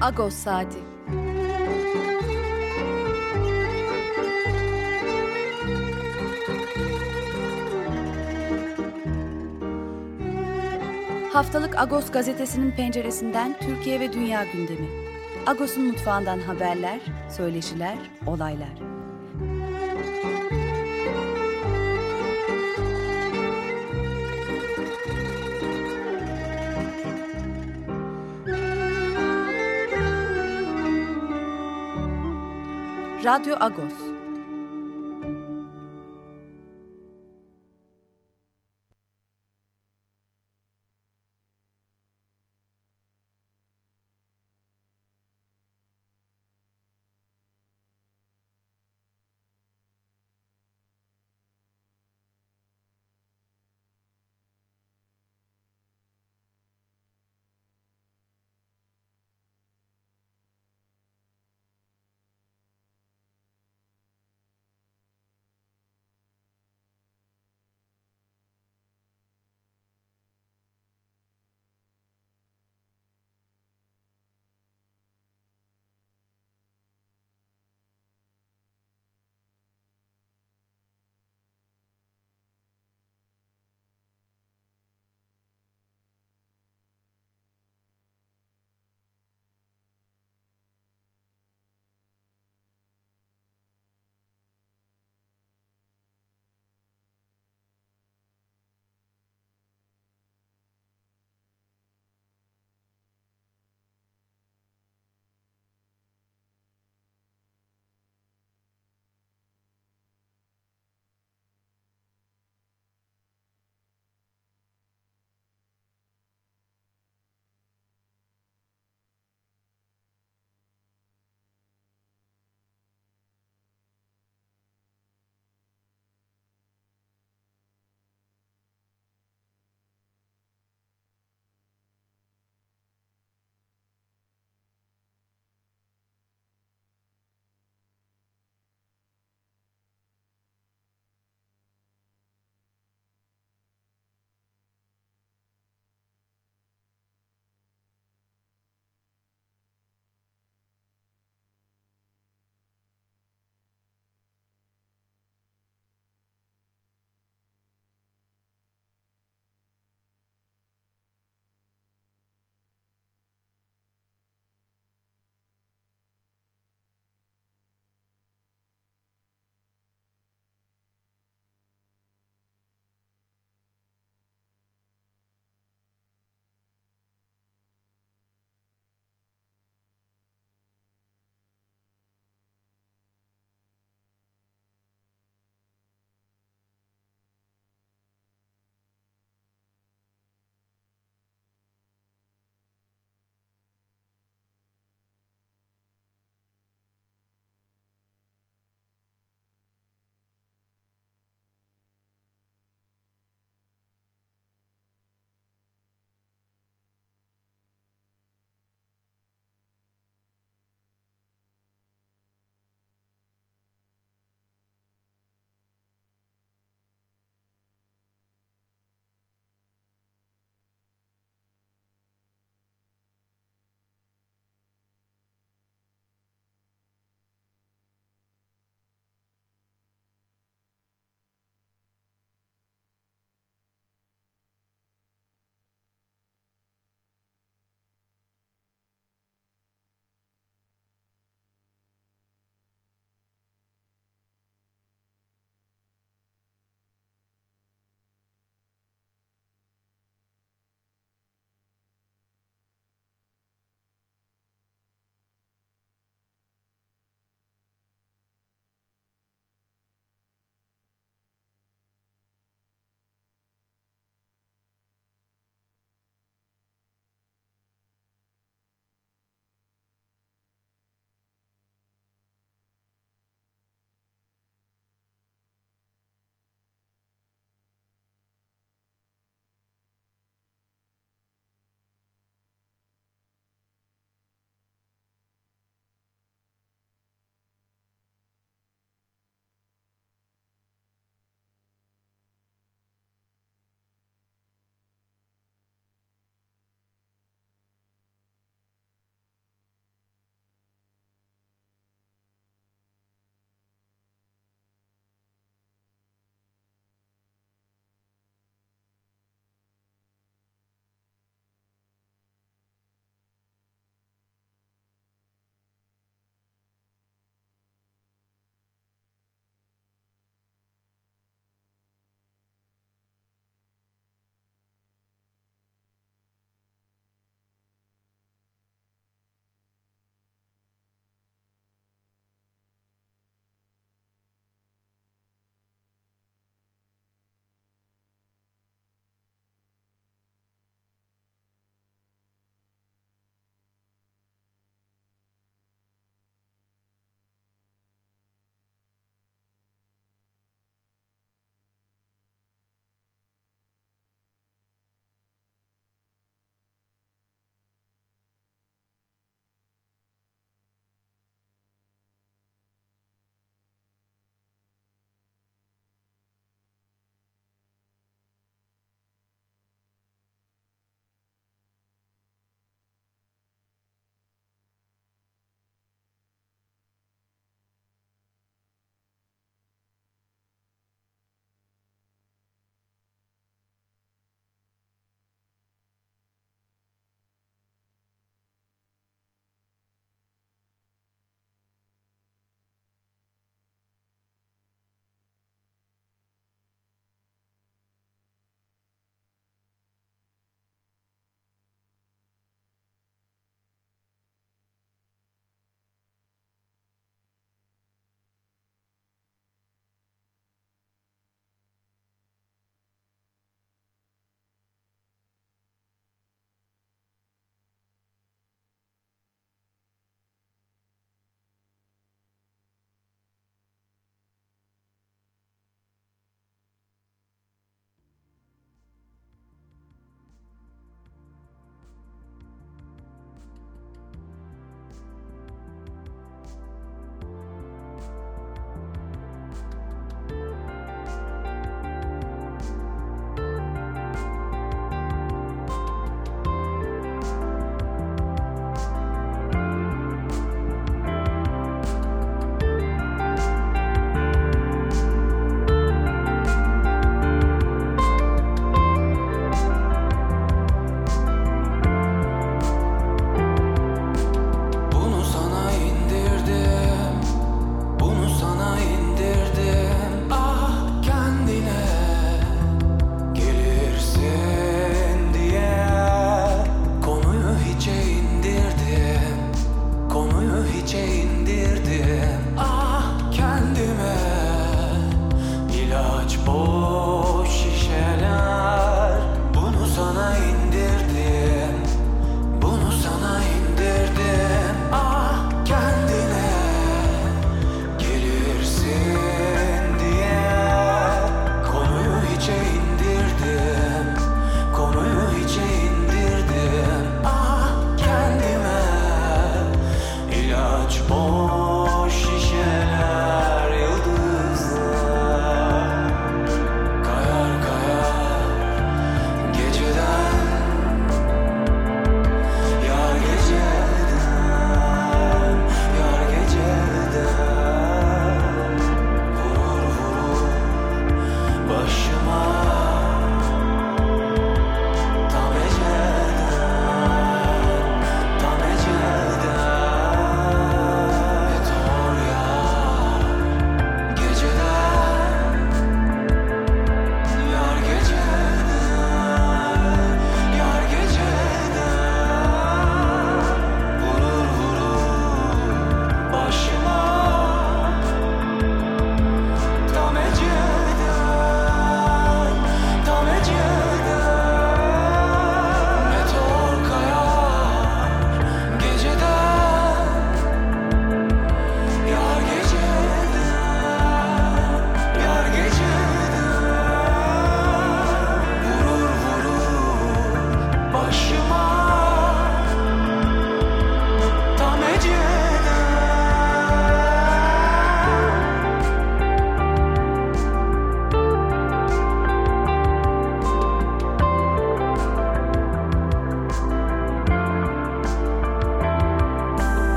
Agos Saati. Haftalık Agos gazetesinin penceresinden Türkiye ve dünya gündemi. Agos'un mutfağından haberler, söyleşiler, olaylar. Radyo Agos.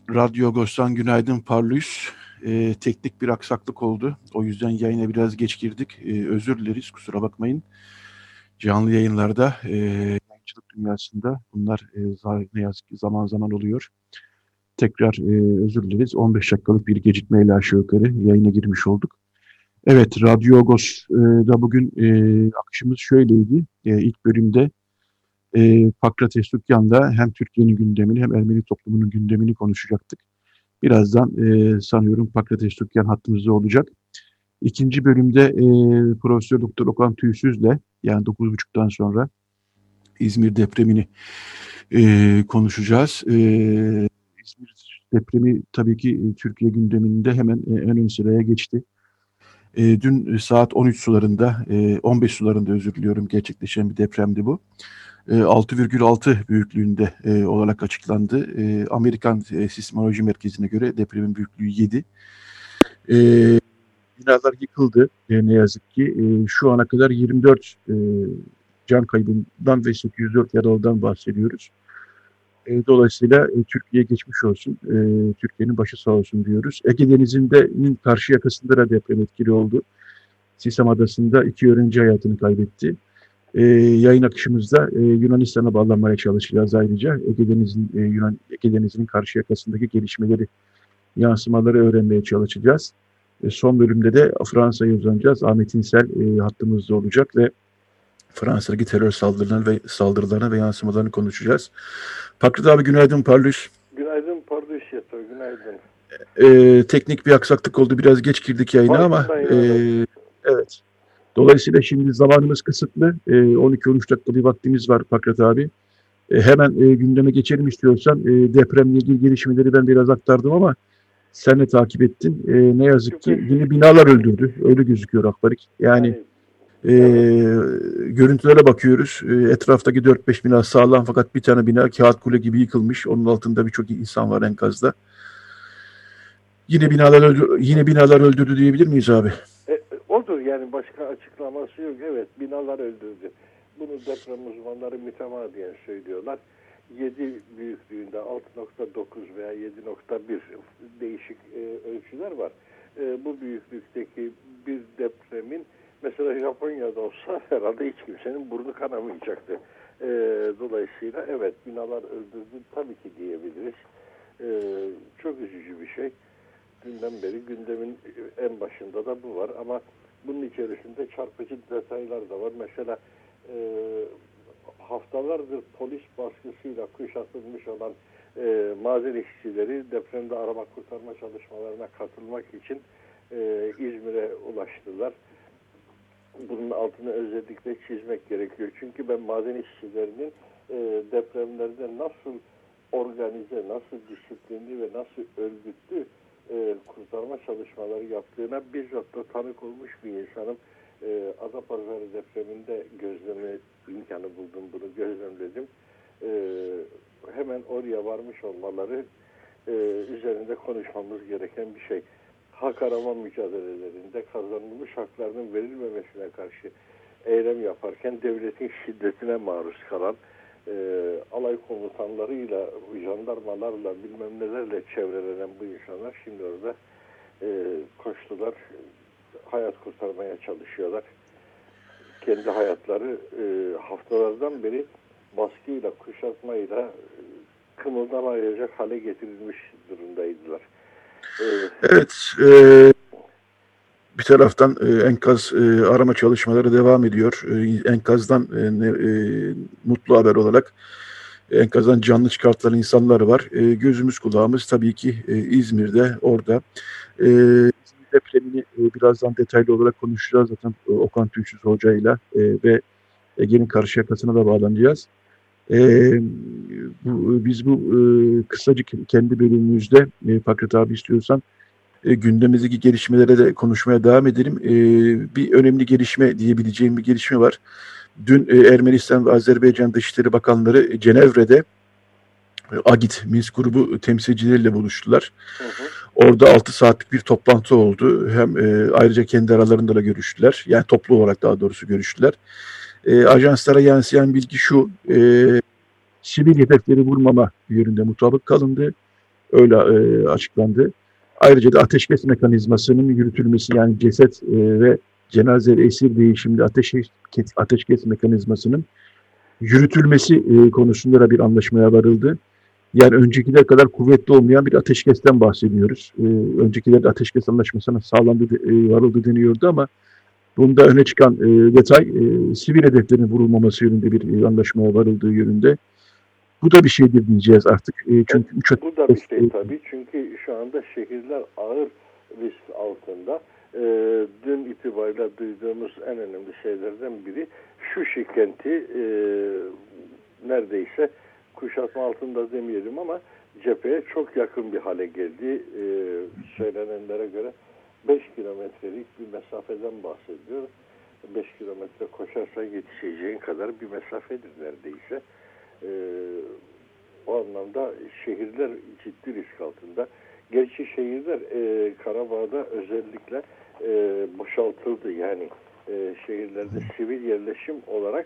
Radyo Agos'tan günaydın Parlus. Teknik bir aksaklık oldu. O yüzden yayına biraz geç girdik. Özür dileriz, kusura bakmayın. Canlı yayınlarda, yayıncılık dünyasında bunlar ne yazık ki zaman zaman oluyor. Tekrar özür dileriz. 15 dakikalık bir gecikmeyle aşağı yukarı yayına girmiş olduk. Evet, Radyo Agos'da bugün akışımız şöyleydi. İlk bölümde Pakrates Tukyan'da hem Türkiye'nin gündemini hem Ermeni toplumunun gündemini konuşacaktık. Birazdan sanıyorum Pakrates Tukyan hattımızda olacak. İkinci bölümde Profesör Doktor Okan Tüysüz'le yani 9.30'dan sonra İzmir depremini konuşacağız. İzmir depremi tabii ki Türkiye gündeminde hemen en ön sıraya geçti. Dün saat 13 sularında, 15 sularında özür diliyorum, gerçekleşen bir depremdi bu. 6,6 büyüklüğünde olarak açıklandı. Amerikan Sismoloji Merkezi'ne göre depremin büyüklüğü 7. Binalar yıkıldı ne yazık ki. Şu ana kadar 24 can kaybından ve 804 yaralıdan bahsediyoruz. Dolayısıyla Türkiye'ye geçmiş olsun, Türkiye'nin başı sağ olsun diyoruz. Ege Denizi'nin karşı yakasında da deprem etkili oldu. Sisam Adası'nda 2 öğrenci hayatını kaybetti. Yayın akışımızda Yunanistan'a bağlanmaya çalışacağız ayrıca. Ege Denizi'nin karşı yakasındaki gelişmeleri, yansımaları öğrenmeye çalışacağız. Son bölümde de Fransa'ya uzanacağız. Ahmet İnsel hattımızda olacak ve Fransa'daki terör saldırılarına ve yansımalarını konuşacağız. Pakrat abi günaydın Parlus. Günaydın Parlus Yeto, günaydın. Teknik bir aksaklık oldu. Biraz geç girdik yayına ama evet. Dolayısıyla şimdi zamanımız kısıtlı. 12-13 dakika bir vaktimiz var Pakrat abi. Hemen gündeme geçelim istiyorsan. Depremle ilgili gelişmeleri ben biraz aktardım ama sen de takip ettin. Ne yazık ki yine binalar öldürdü. Öyle gözüküyor Akbarik. Yani görüntülere bakıyoruz. Etraftaki 4-5 bina sağlam fakat bir tane bina kağıt kule gibi yıkılmış. Onun altında birçok insan var enkazda. Yine binalar öldürdü diyebilir miyiz abi? Odur yani, başka açıklaması yok. Evet, binalar öldürdü. Bunu deprem uzmanları mütemadiyen söylüyorlar. 7 büyüklüğünde 6.9 veya 7.1 değişik ölçüler var. Bu büyüklükteki bir depremin mesela Japonya'da olsa herhalde hiç kimsenin burnu kanamayacaktı. Dolayısıyla evet, binalar öldürdü tabii ki diyebiliriz. Çok üzücü bir şey. Dünden beri gündemin en başında da bu var ama bunun içerisinde çarpıcı detaylar da var. Mesela haftalardır polis baskısıyla kuşatılmış olan maden işçileri depremde arama kurtarma çalışmalarına katılmak için İzmir'e ulaştılar. Bunun altını özellikle çizmek gerekiyor. Çünkü ben maden işçilerinin depremlerde nasıl organize, nasıl disiplinli ve nasıl örgütlü kurtarma çalışmaları yaptığına bizzat da tanık olmuş bir insanım. Adapazarı depreminde gözleme imkanı buldum, bunu gözlemledim. Hemen oraya varmış olmaları üzerinde konuşmamız gereken bir şey. Hak arama mücadelelerinde kazanılmış haklarının verilmemesine karşı eylem yaparken devletin şiddetine maruz kalan, alay komutanlarıyla, jandarmalarla, bilmem nelerle çevrelenen bu insanlar şimdi orada koştular, hayat kurtarmaya çalışıyorlar. Kendi hayatları haftalardan beri baskıyla, kuşatmayla kımıldamayacak hale getirilmiş durumdaydılar. Evet, bir taraftan enkaz arama çalışmaları devam ediyor. Enkazdan mutlu haber olarak enkazdan canlı çıkartılan insanlar var. Gözümüz kulağımız tabii ki İzmir'de, orada. İzmir depremini birazdan detaylı olarak konuşacağız zaten Okan Tüysüz hocayla ve Ege'nin karşı yakasına da bağlanacağız. Biz bu kısacık kendi bölümümüzde Pakrat abi istiyorsan gündemimizdeki gelişmelere de konuşmaya devam edelim. Bir önemli gelişme diyebileceğim bir gelişme var. Dün Ermenistan ve Azerbaycan Dışişleri Bakanları Cenevre'de AGİT, Minsk grubu temsilcileriyle buluştular. Orada 6 saatlik bir toplantı oldu. Hem ayrıca kendi aralarında da görüştüler. Yani toplu olarak daha doğrusu görüştüler. Ajanslara yansıyan bilgi şu, sivil hedefleri vurmama yönünde mutabık kalındı. Öyle açıklandı. Ayrıca da ateşkes mekanizmasının yürütülmesi, yani ceset ve cenaze ve esir değişiminde ateşkes mekanizmasının yürütülmesi konusunda da bir anlaşmaya varıldı. Yani öncekiler kadar kuvvetli olmayan bir ateşkesten bahsediyoruz. Öncekilerde ateşkes anlaşmasına varıldı deniyordu ama bunda öne çıkan detay sivil hedeflerin vurulmaması yönünde bir anlaşmaya varıldığı yönünde. Bu da bir şeydir diyeceğiz artık. Çünkü bu da bir şey tabii. Çünkü şu anda şehirler ağır risk altında. Dün itibariyle duyduğumuz en önemli şeylerden biri şu şikenti neredeyse kuşatma altında demeyelim ama cepheye çok yakın bir hale geldi. Söylenenlere göre 5 kilometrelik bir mesafeden bahsediyor. 5 kilometre koşarsa yetişeceğin kadar bir mesafedir neredeyse. O anlamda şehirler ciddi risk altında. Gerçi şehirler Karabağ'da özellikle boşaltıldı. Yani şehirlerde sivil yerleşim olarak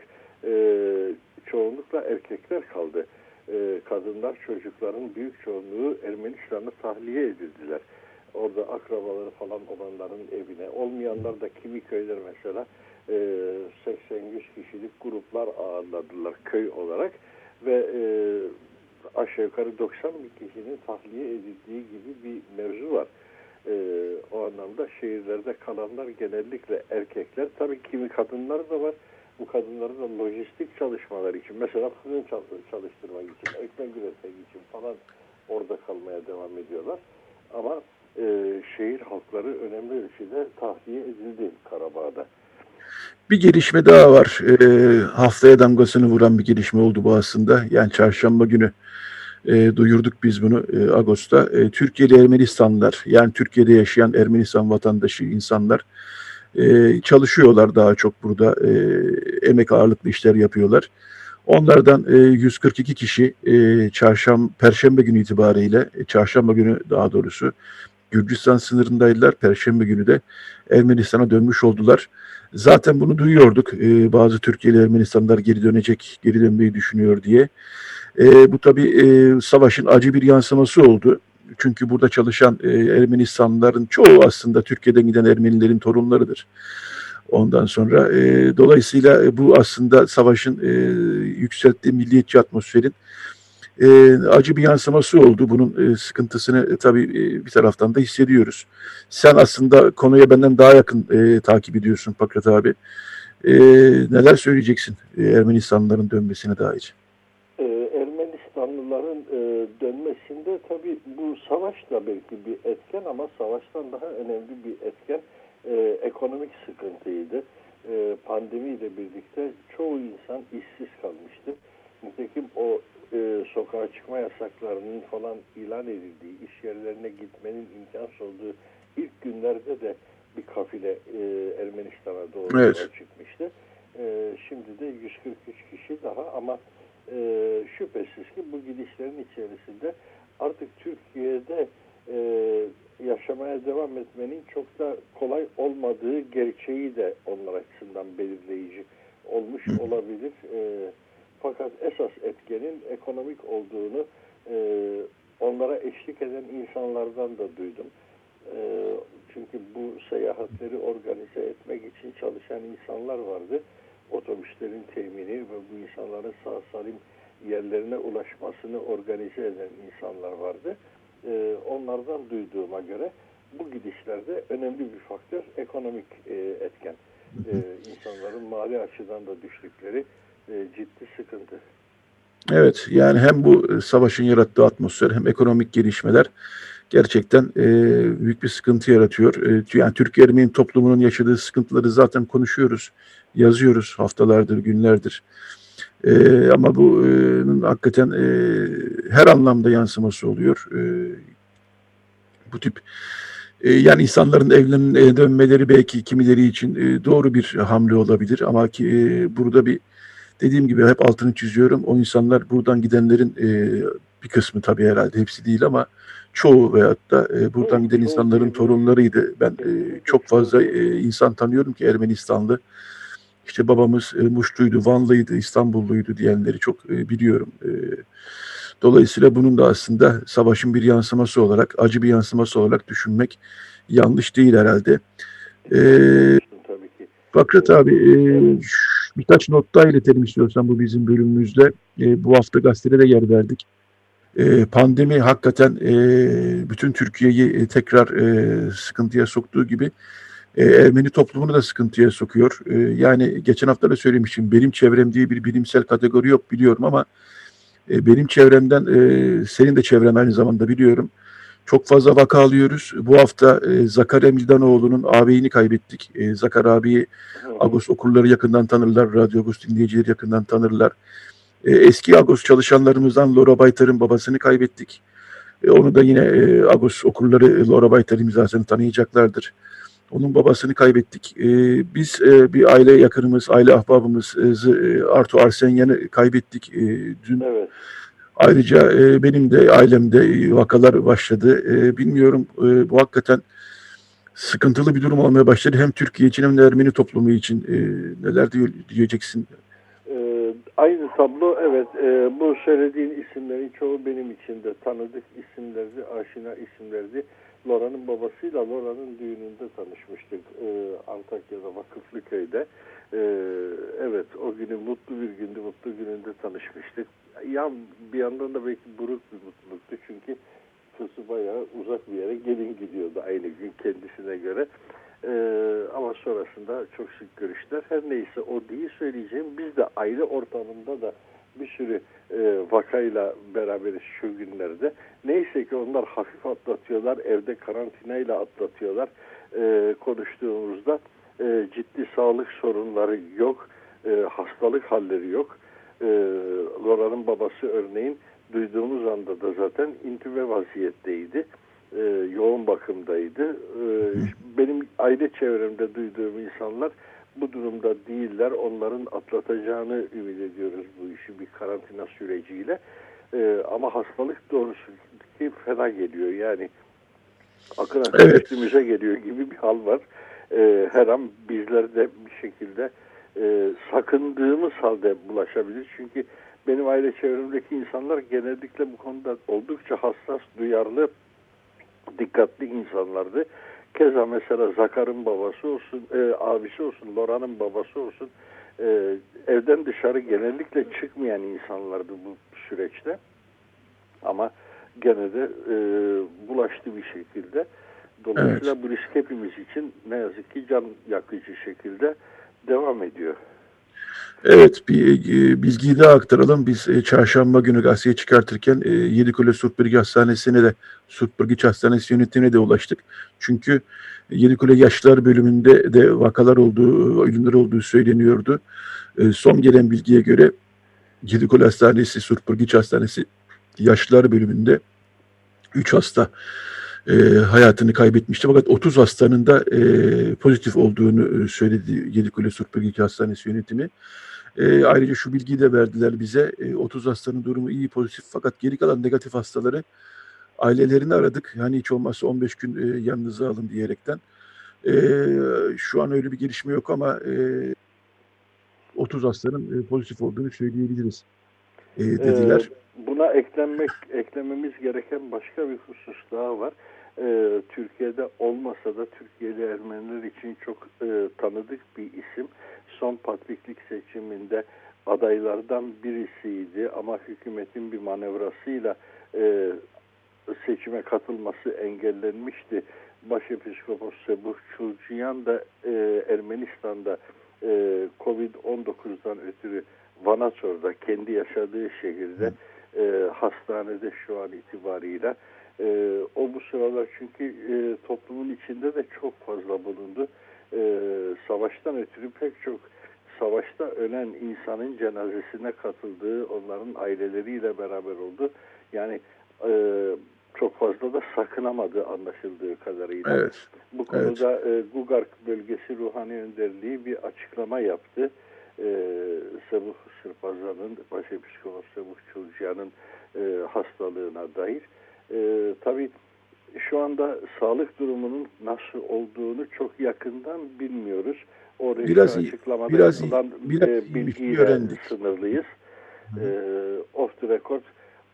çoğunlukla erkekler kaldı. Kadınlar, çocukların büyük çoğunluğu Ermenistan'a tahliye edildiler. Orada akrabaları falan olanların evine. Olmayanlar da kimi köyler mesela 80-100 kişilik gruplar ağırladılar köy olarak ve aşağı yukarı 90 bin kişinin tahliye edildiği gibi bir mevzu var. O anlamda şehirlerde kalanlar genellikle erkekler. Tabii kimi kadınlar da var. Bu kadınları da lojistik çalışmalar için, mesela fırın çalıştırmak için, ekmek üretmek için falan orada kalmaya devam ediyorlar. Ama şehir halkları önemli ölçüde tahliye edildi Karabağ'da. Bir gelişme daha var. Haftaya damgasını vuran bir gelişme oldu bu aslında. Yani çarşamba günü duyurduk biz bunu Ağustos'ta. Türkiye'li Ermenistanlılar, yani Türkiye'de yaşayan Ermenistan vatandaşı insanlar çalışıyorlar daha çok burada. Emek ağırlıklı işler yapıyorlar. Onlardan 142 kişi Perşembe günü itibariyle, Çarşamba günü daha doğrusu Gürcistan sınırındaydılar. Perşembe günü de Ermenistan'a dönmüş oldular. Zaten bunu duyuyorduk. Bazı Türkiye'li Ermenistanlılar geri dönmeyi düşünüyor diye. Bu tabii savaşın acı bir yansıması oldu. Çünkü burada çalışan Ermenistanlıların çoğu aslında Türkiye'den giden Ermenilerin torunlarıdır. Ondan sonra dolayısıyla bu aslında savaşın yükselttiği milliyetçi atmosferin acı bir yansıması oldu. Bunun sıkıntısını tabii bir taraftan da hissediyoruz. Sen aslında konuya benden daha yakın takip ediyorsun Pakrat abi. Neler söyleyeceksin Ermenistanlıların dönmesine dair? Ermenistanlıların dönmesinde tabii bu savaş da belki bir etken ama savaştan daha önemli bir etken ekonomik sıkıntıydı. Pandemiyle birlikte çoğu insan işsiz kalmıştı. Nitekim o sokağa çıkma yasaklarının falan ilan edildiği, iş yerlerine gitmenin imkansız olduğu ilk günlerde de bir kafile Ermenistan'a doğru Evet. çıkmıştı. Şimdi de 143 kişi daha ama şüphesiz ki bu gidişlerin içerisinde artık Türkiye'de yaşamaya devam etmenin çok da kolay olmadığı gerçeği de onlar açısından belirleyici olmuş olabilir. Fakat esas etkenin ekonomik olduğunu onlara eşlik eden insanlardan da duydum. Çünkü bu seyahatleri organize etmek için çalışan insanlar vardı. Otobüslerin temini ve bu insanların sağ salim yerlerine ulaşmasını organize eden insanlar vardı. Onlardan duyduğuma göre bu gidişlerde önemli bir faktör ekonomik etken. İnsanların mali açıdan da düştükleri ciddi sıkıntı. Evet, yani hem bu savaşın yarattığı atmosfer hem ekonomik gelişmeler gerçekten büyük bir sıkıntı yaratıyor. Yani Türk-Ermeni toplumunun yaşadığı sıkıntıları zaten konuşuyoruz, yazıyoruz haftalardır, günlerdir. Ama bunun hakikaten her anlamda yansıması oluyor. Bu tip yani insanların evlerine dönmeleri belki kimileri için doğru bir hamle olabilir ama burada dediğim gibi hep altını çiziyorum. O insanlar buradan gidenlerin bir kısmı tabii herhalde hepsi değil ama çoğu veyahut da buradan giden insanların torunlarıydı. Ben çok fazla insan tanıyorum ki Ermenistanlı. İşte babamız Muşluydu, Vanlıydı, İstanbulluydu diyenleri çok biliyorum. Dolayısıyla bunun da aslında savaşın bir yansıması olarak, acı bir yansıması olarak düşünmek yanlış değil herhalde. Tabii ki. Fakat abi Evet. birkaç not daha iletelim istiyorsan bu bizim bölümümüzde. Bu hafta gazetede de yer verdik. Pandemi hakikaten bütün Türkiye'yi tekrar sıkıntıya soktuğu gibi Ermeni toplumunu da sıkıntıya sokuyor. Yani geçen hafta da söylemiştim. Benim çevrem diye bir bilimsel kategori yok biliyorum ama benim çevremden senin de çevren aynı zamanda biliyorum. Çok fazla vaka alıyoruz. Bu hafta Zakarya Mildanoğlu'nun ağabeyini kaybettik. Zakar abiyi Agos okurları yakından tanırlar. Radyo Agos dinleyicileri yakından tanırlar. Eski Agos çalışanlarımızdan Laura Baytar'ın babasını kaybettik. Onu da yine Agos okurları Laura Baytar imzasını tanıyacaklardır. Onun babasını kaybettik. Biz bir aile yakınımız, aile ahbabımız Artu Arsenyan'ı kaybettik dün. Evet. Ayrıca benim de ailemde vakalar başladı. Bilmiyorum bu hakikaten sıkıntılı bir durum olmaya başladı. Hem Türkiye için hem de Ermeni toplumu için neler diyeceksin? Aynı tablo, evet. Bu söylediğin isimlerin çoğu benim için de tanıdık isimlerdi, aşina isimlerdi. Laura'nın babasıyla Laura'nın düğününde tanışmıştık Antakya'da, Vakıflıköy'de. Evet, o günü mutlu bir gündü, mutlu gününde tanışmıştık. Ya bir yandan da belki buruk bir mutluluktu çünkü kızı bayağı uzak bir yere gelin gidiyordu aynı gün kendisine göre. Ama sonrasında çok sık görüşler. Her neyse, o değil söyleyeceğim. Biz de aile ortamında da bir sürü vakayla beraberiz şu günlerde. Neyse ki onlar hafif atlatıyorlar. Evde karantinayla atlatıyorlar. Konuştuğumuzda ciddi sağlık sorunları yok. Hastalık halleri yok. Laura'nın babası örneğin duyduğumuz anda da zaten intübe vaziyetteydi. Yoğun bakımdaydı. Benim aile çevremde duyduğum insanlar bu durumda değiller. Onların atlatacağını ümit ediyoruz bu işi bir karantina süreciyle. Ama hastalık doğrusu ki fena geliyor. Yani akın akın üstümüze geliyor gibi bir hal var. Her an bizler de bir şekilde sakındığımız halde bulaşabilir. Çünkü benim aile çevremdeki insanlar genellikle bu konuda oldukça hassas, duyarlı, dikkatli insanlardı. Keza mesela Zakar'ın babası olsun, abisi olsun, Laura'nın babası olsun, evden dışarı genellikle çıkmayan insanlardı bu süreçte. Ama gene de bulaştı bir şekilde. Dolayısıyla bu risk hepimiz için ne yazık ki can yakıcı şekilde devam ediyor. Evet, bir bilgiyi daha aktaralım. Biz çarşamba günü gazeteye çıkartırken Yedikule Surtbirgi Hastanesi'ne de, Surtbirgi Hastanesi yönetimine de ulaştık. Çünkü Yedikule Yaşlılar bölümünde de vakalar olduğu, ölümler olduğu söyleniyordu. Son gelen bilgiye göre Yedikule Hastanesi, Surtbirgi Hastanesi Yaşlılar bölümünde 3 hasta hayatını kaybetmişti. Fakat 30 hastanın da pozitif olduğunu söyledi Yedikule Surtbirgi Hastanesi yönetimi. Ayrıca şu bilgiyi de verdiler bize. 30 hastanın durumu iyi, pozitif, fakat geri kalan negatif hastaları ailelerini aradık. Yani hiç olmazsa 15 gün yanınıza alın diyerekten. Şu an öyle bir gelişme yok ama 30 hastanın pozitif olduğunu söyleyebiliriz dediler. Buna eklememiz gereken başka bir husus daha var. Türkiye'de olmasa da Türkiye'li Ermeniler için çok tanıdık bir isim. Son patriklik seçiminde adaylardan birisiydi ama hükümetin bir manevrasıyla seçime katılması engellenmişti. Başepiskopos Sebuh Çulcuyan da Ermenistan'da Covid-19'dan ötürü Vanaçor'da, kendi yaşadığı şehirde hastanede şu an itibariyle. O bu sıralar çünkü toplumun içinde de çok fazla bulundu. Savaştan ötürü pek çok savaşta ölen insanın cenazesine katıldığı, onların aileleriyle beraber oldu. Yani çok fazla da sakınamadı anlaşıldığı kadarıyla. Evet. Bu konuda Gugark Bölgesi Ruhani Önderliği bir açıklama yaptı. Sebuh Sırpazan'ın, Başepiskopos Sebuh Çulcuyan'ın hastalığına dair. Tabii şu anda sağlık durumunun nasıl olduğunu çok yakından bilmiyoruz. O resmi açıklamada yapılan bilgiyle sınırlıyız. Off the record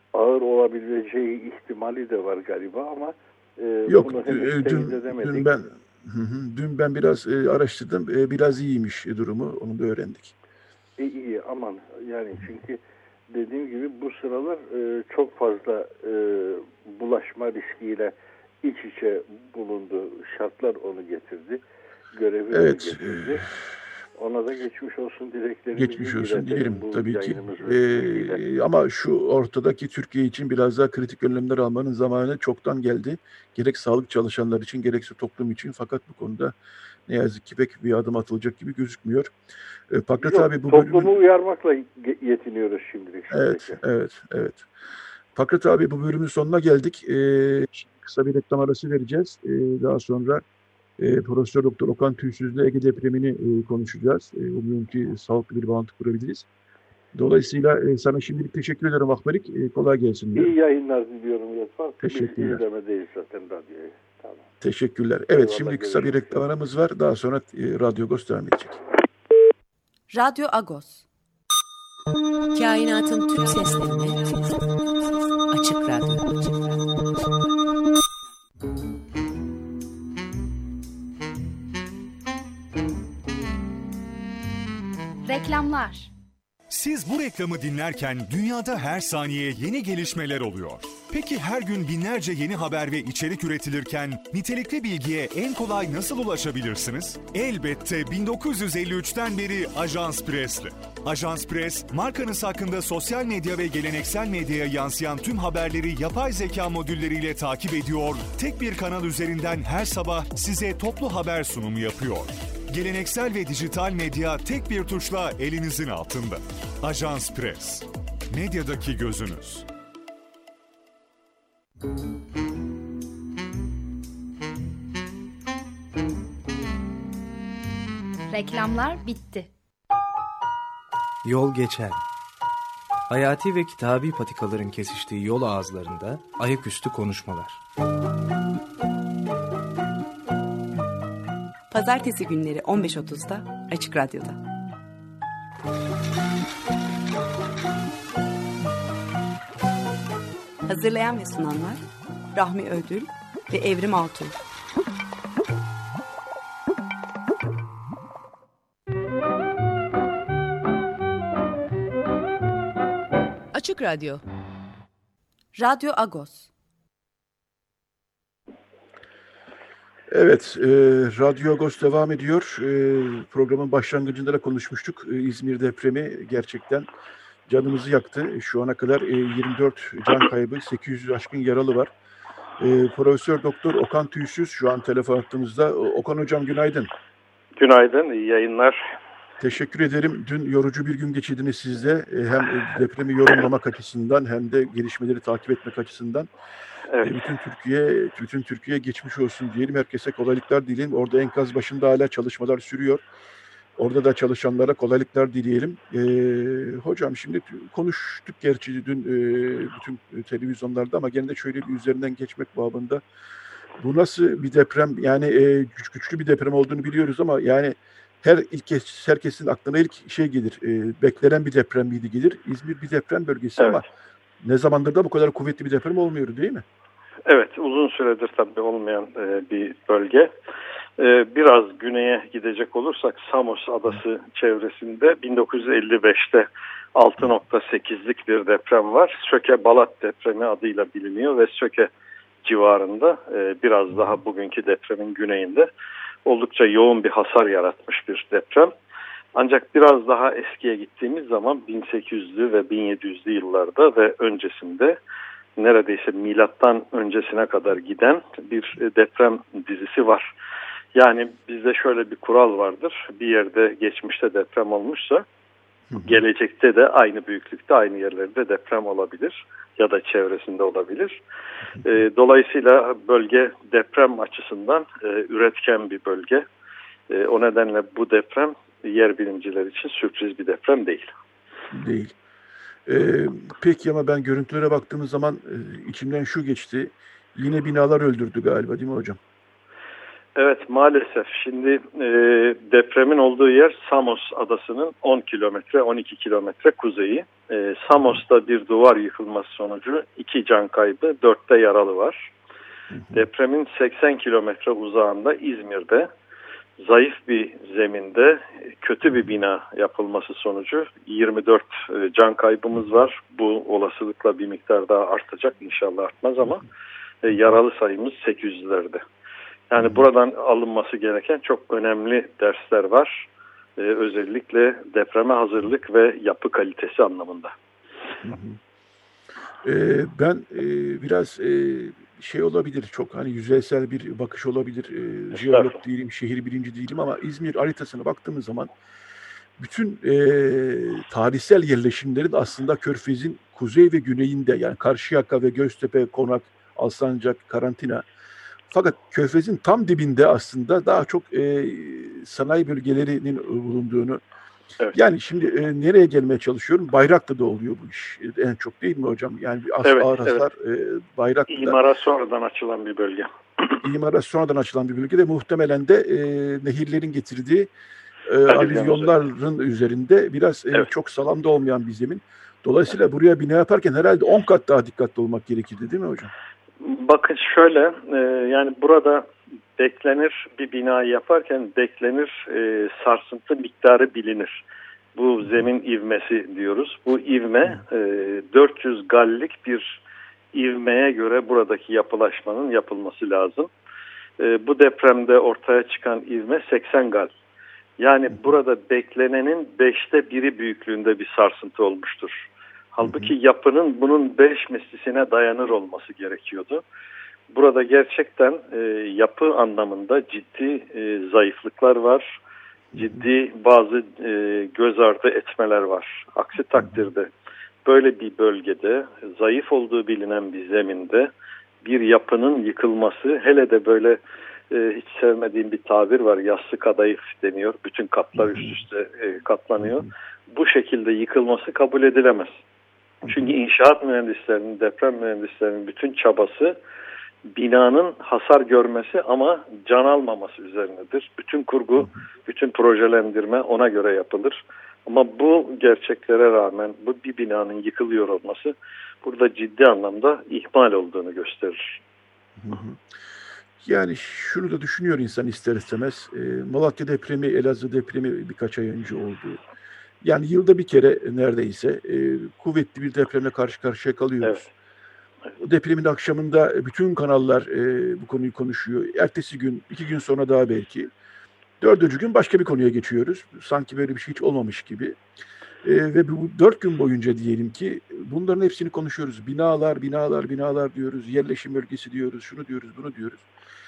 ağır olabileceği ihtimali de var galiba ama Yok, bunu henüz teyit edemedik. dün ben biraz araştırdım. Biraz iyiymiş durumu. Onu da öğrendik. İyi aman yani çünkü dediğim gibi bu sıralar çok fazla bulaşma riskiyle iç içe bulundu. Şartlar onu getirdi. Görevi onu Evet, getirdi. Ona da geçmiş olsun dileklerimizi geçmiş olsun iletelim dilerim bu tabii ki. yayınımız vesilesiyle. Ama şu ortadaki Türkiye için biraz daha kritik önlemler almanın zamanı çoktan geldi. Gerek sağlık çalışanları için gerekse toplum için. Fakat bu konuda ne yazık ki pek bir adım atılacak gibi gözükmüyor. Pakrat Yok, abi bu toplumu bölümün... uyarmakla yetiniyoruz şimdilik sadece. Evet. Pakrat abi bu bölümün sonuna geldik. Şimdi kısa bir reklam arası vereceğiz. Daha sonra Profesör Doktor Okan Tüysüz'le Ege depremini konuşacağız. Bugünkü sağlıklı bir bağlantı kurabiliriz. Dolayısıyla sana şimdilik teşekkür ederim Akbarik. Kolay gelsin diyorum. İyi yayınlar diliyorum Yetvar. Teşekkürler. Biz dinlemedeyiz zaten radyoyu. Tamam. Teşekkürler. Evet, Eyvallah, şimdi kısa bir görüşmek reklam aramız var. Daha sonra Radyo Agos devam edecek. Radyo Agos. Kainatın tüm seslerine Açık Radyo. Reklamlar. Siz bu reklamı dinlerken dünyada her saniye yeni gelişmeler oluyor. Peki her gün binlerce yeni haber ve içerik üretilirken nitelikli bilgiye en kolay nasıl ulaşabilirsiniz? Elbette 1953'ten beri Ajans Press'le. Ajans Press, markanız hakkında sosyal medya ve geleneksel medyaya yansıyan tüm haberleri yapay zeka modülleriyle takip ediyor, tek bir kanal üzerinden her sabah size toplu haber sunumu yapıyor. Geleneksel ve dijital medya tek bir tuşla elinizin altında. Ajans Press. Medyadaki gözünüz. Reklamlar bitti. Yol geçer. Hayati ve kitabi patikaların kesiştiği yol ağızlarında ayaküstü konuşmalar. Pazartesi günleri 15.30'da Açık Radyo'da. Hazırlayan ve sunanlar Rahmi Ödül ve Evrim Altun. Açık Radyo. Radyo Agos. Evet, Radyo Agos devam ediyor. Programın başlangıcında da konuşmuştuk. İzmir depremi gerçekten canımızı yaktı. Şu ana kadar 24 can kaybı, 800 aşkın yaralı var. Profesör Doktor Okan Tüysüz şu an telefon hattımızda. Okan Hocam günaydın. Günaydın, iyi yayınlar. Teşekkür ederim. Dün yorucu bir gün geçirdiniz siz de. Hem depremi yorumlamak açısından hem de gelişmeleri takip etmek açısından. Evet. Bütün Türkiye geçmiş olsun diyelim. Herkese kolaylıklar dileyelim. Orada enkaz başında hala çalışmalar sürüyor. Orada da çalışanlara kolaylıklar dileyelim. Hocam şimdi konuştuk gerçi dün bütün televizyonlarda ama gene de şöyle bir üzerinden geçmek babında. Bu nasıl bir deprem? Yani güçlü bir deprem olduğunu biliyoruz ama yani herkesin aklına ilk şey gelir. Beklenen bir deprem miydi gelir. İzmir bir deprem bölgesi Evet. ama ne zamandır da bu kadar kuvvetli bir deprem olmuyordu değil mi? Evet, uzun süredir tabii olmayan bir bölge. Biraz güneye gidecek olursak Samos Adası çevresinde 1955'te 6.8'lik bir deprem var. Söke Balat depremi adıyla biliniyor ve Söke civarında biraz daha bugünkü depremin güneyinde oldukça yoğun bir hasar yaratmış bir deprem. Ancak biraz daha eskiye gittiğimiz zaman 1800'lü ve 1700'lü yıllarda ve öncesinde neredeyse milattan öncesine kadar giden bir deprem dizisi var. Yani bizde şöyle bir kural vardır. Bir yerde geçmişte deprem olmuşsa gelecekte de aynı büyüklükte aynı yerlerde deprem olabilir ya da çevresinde olabilir. Dolayısıyla bölge deprem açısından üretken bir bölge. O nedenle bu deprem yer bilimciler için sürpriz bir deprem değil. Değil. Peki ama ben görüntülere baktığımız zaman içimden şu geçti. Yine binalar öldürdü galiba değil mi hocam? Evet, maalesef. Şimdi depremin olduğu yer Samos adasının 10 kilometre, 12 kilometre kuzeyi. Samos'ta bir duvar yıkılması sonucu 2 can kaybı, 4'te yaralı var. Depremin 80 kilometre uzağında İzmir'de zayıf bir zeminde kötü bir bina yapılması sonucu 24 can kaybımız var. Bu olasılıkla bir miktar daha artacak, inşallah artmaz ama yaralı sayımız 800'lerde. Yani buradan alınması gereken çok önemli dersler var. Özellikle depreme hazırlık ve yapı kalitesi anlamında. Ben biraz şey olabilir, çok hani yüzeysel bir bakış olabilir. Jeolog değilim, şehir bilimci değilim ama İzmir haritasına baktığımız zaman bütün tarihsel yerleşimlerin aslında Körfez'in kuzey ve güneyinde, yani Karşıyaka ve Göztepe, Konak, Alsancak, Karantina. Fakat Körfez'in tam dibinde aslında daha çok sanayi bölgelerinin bulunduğunu. Evet. Yani şimdi nereye gelmeye çalışıyorum? Bayraklı'da oluyor bu iş en çok, değil mi hocam? Yani bir ağır hasar Bayraklı'da. İmara sonradan açılan bir bölge. İmara sonradan açılan bir bölge de muhtemelen de nehirlerin getirdiği alüvyonların üzerinde biraz çok salamda olmayan bir zemin. Dolayısıyla buraya bina yaparken herhalde 10 kat daha dikkatli olmak gerekirdi, değil mi hocam? Bakın şöyle, yani burada beklenir, bir binayı yaparken beklenir sarsıntı miktarı bilinir. Bu zemin ivmesi diyoruz. Bu ivme 400 gallik bir ivmeye göre buradaki yapılaşmanın yapılması lazım. Bu depremde ortaya çıkan ivme 80 gal. Yani burada beklenenin 5'te 1'i büyüklüğünde bir sarsıntı olmuştur. Halbuki yapının bunun 5 mislisine dayanır olması gerekiyordu. Burada gerçekten yapı anlamında ciddi zayıflıklar var. Ciddi bazı göz ardı etmeler var. Aksi takdirde böyle bir bölgede, zayıf olduğu bilinen bir zeminde bir yapının yıkılması, hele de böyle hiç sevmediğim bir tabir var, yassı kadayıf deniyor. Bütün katlar üst üste katlanıyor. Bu şekilde yıkılması kabul edilemez. Çünkü inşaat mühendislerinin, deprem mühendislerinin bütün çabası binanın hasar görmesi ama can almaması üzerinedir. Bütün kurgu, bütün projelendirme ona göre yapılır. Ama bu gerçeklere rağmen bu bir binanın yıkılıyor olması burada ciddi anlamda ihmal olduğunu gösterir. Yani şunu da düşünüyor insan ister istemez. Malatya depremi, Elazığ depremi birkaç ay önce oldu. Yani yılda bir kere neredeyse kuvvetli bir depremle karşı karşıya kalıyoruz. Evet. O depremin akşamında bütün kanallar bu konuyu konuşuyor. Ertesi gün, 2 gün sonra daha belki. 4. gün başka bir konuya geçiyoruz. Sanki böyle bir şey hiç olmamış gibi. Ve bu 4 gün boyunca diyelim ki bunların hepsini konuşuyoruz. Binalar, binalar, binalar diyoruz. Yerleşim bölgesi diyoruz. Şunu diyoruz, bunu diyoruz.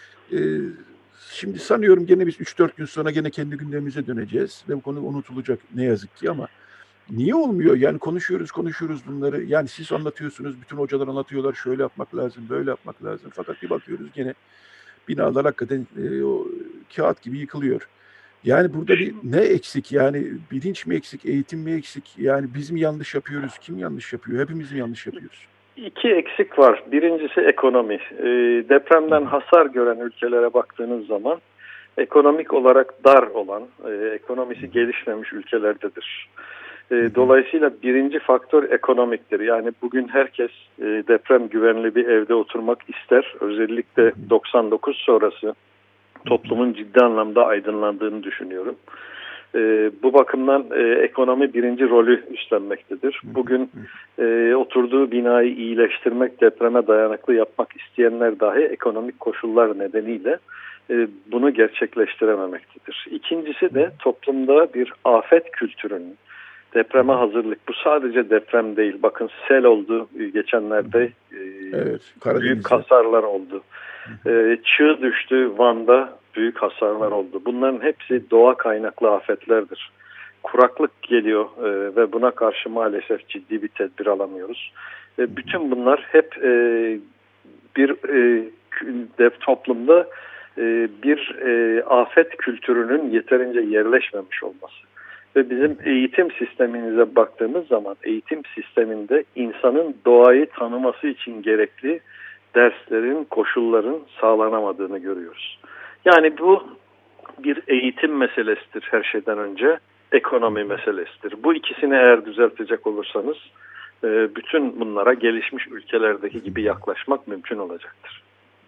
Şimdi sanıyorum gene biz 3-4 gün sonra gene kendi gündemimize döneceğiz. Ve bu konu unutulacak ne yazık ki ama niye olmuyor? Yani konuşuyoruz bunları. Yani siz anlatıyorsunuz, bütün hocalar anlatıyorlar. Şöyle yapmak lazım, böyle yapmak lazım. Fakat bir bakıyoruz gene binalar hakikaten o kağıt gibi yıkılıyor. Yani burada bir ne eksik? Yani bilinç mi eksik, eğitim mi eksik? Yani biz mi yanlış yapıyoruz? Kim yanlış yapıyor? Hepimiz mi yanlış yapıyoruz? 2 eksik var. Birincisi ekonomi. Depremden hasar gören ülkelere baktığınız zaman ekonomik olarak dar olan, ekonomisi gelişmemiş ülkelerdedir. Dolayısıyla birinci faktör ekonomiktir. Yani bugün herkes deprem güvenli bir evde oturmak ister. Özellikle 99 sonrası toplumun ciddi anlamda aydınlandığını düşünüyorum. Bu bakımdan ekonomi birinci rolü üstlenmektedir. Bugün oturduğu binayı iyileştirmek, depreme dayanıklı yapmak isteyenler dahi ekonomik koşullar nedeniyle bunu gerçekleştirememektedir. İkincisi de toplumda bir afet kültürünün, depreme hazırlık. Bu sadece deprem değil. Bakın sel oldu geçenlerde. Evet, büyük hasarlar oldu. Çığ düştü Van'da, büyük hasarlar oldu. Bunların hepsi doğa kaynaklı afetlerdir. Kuraklık geliyor ve buna karşı maalesef ciddi bir tedbir alamıyoruz. Bütün bunlar hep bir toplumda bir afet kültürünün yeterince yerleşmemiş olması. Ve bizim eğitim sistemimize baktığımız zaman eğitim sisteminde insanın doğayı tanıması için gerekli derslerin, koşulların sağlanamadığını görüyoruz. Yani bu bir eğitim meselesidir her şeyden önce, ekonomi meselesidir. Bu ikisini eğer düzeltecek olursanız bütün bunlara gelişmiş ülkelerdeki gibi yaklaşmak mümkün olacaktır.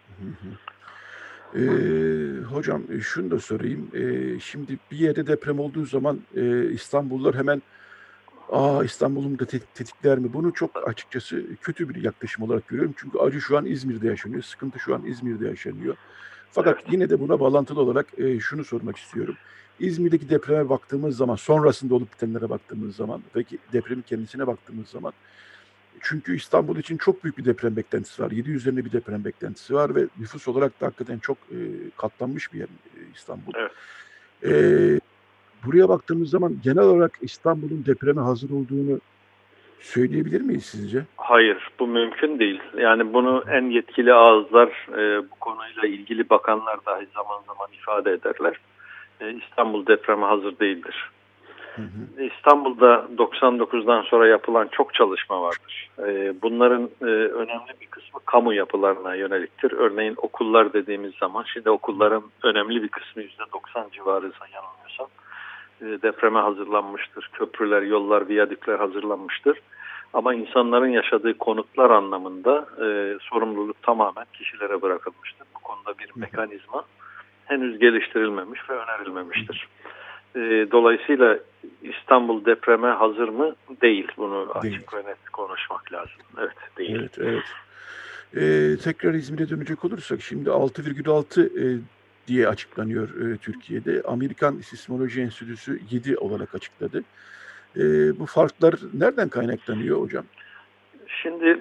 Hocam şunu da sorayım. Şimdi bir yerde deprem olduğu zaman İstanbullular hemen İstanbul'un da tetikler mi? Bunu çok açıkçası kötü bir yaklaşım olarak görüyorum. Çünkü acı şu an İzmir'de yaşanıyor. Sıkıntı şu an İzmir'de yaşanıyor. Fakat yine de buna bağlantılı olarak şunu sormak istiyorum. İzmir'deki depreme baktığımız zaman, sonrasında olup bitenlere baktığımız zaman, peki depremin kendisine baktığımız zaman, çünkü İstanbul için çok büyük bir deprem beklentisi var. 7 üzerinde bir deprem beklentisi var ve nüfus olarak da hakikaten çok katlanmış bir yer İstanbul. Evet. Buraya baktığımız zaman genel olarak İstanbul'un depreme hazır olduğunu söyleyebilir miyiz sizce? Hayır, bu mümkün değil. Yani bunu en yetkili ağızlar, bu konuyla ilgili bakanlar dahi zaman zaman ifade ederler. İstanbul depreme hazır değildir. İstanbul'da 99'dan sonra yapılan çok çalışma vardır. Bunların önemli bir kısmı kamu yapılarına yöneliktir. Örneğin okullar dediğimiz zaman, şimdi okulların önemli bir kısmı %90 civarı yanılmıyorsam depreme hazırlanmıştır. Köprüler, yollar, viyadükler hazırlanmıştır. Ama insanların yaşadığı konutlar anlamında sorumluluk tamamen kişilere bırakılmıştır. Bu konuda bir mekanizma henüz geliştirilmemiş ve önerilmemiştir. Dolayısıyla İstanbul depreme hazır mı? Değil. Bunu açık ve net konuşmak lazım. Evet, değil. Evet. Tekrar İzmir'e dönecek olursak, şimdi 6,6 diye açıklanıyor Türkiye'de. Amerikan Sismoloji Enstitüsü 7 olarak açıkladı. Bu farklar nereden kaynaklanıyor hocam? Şimdi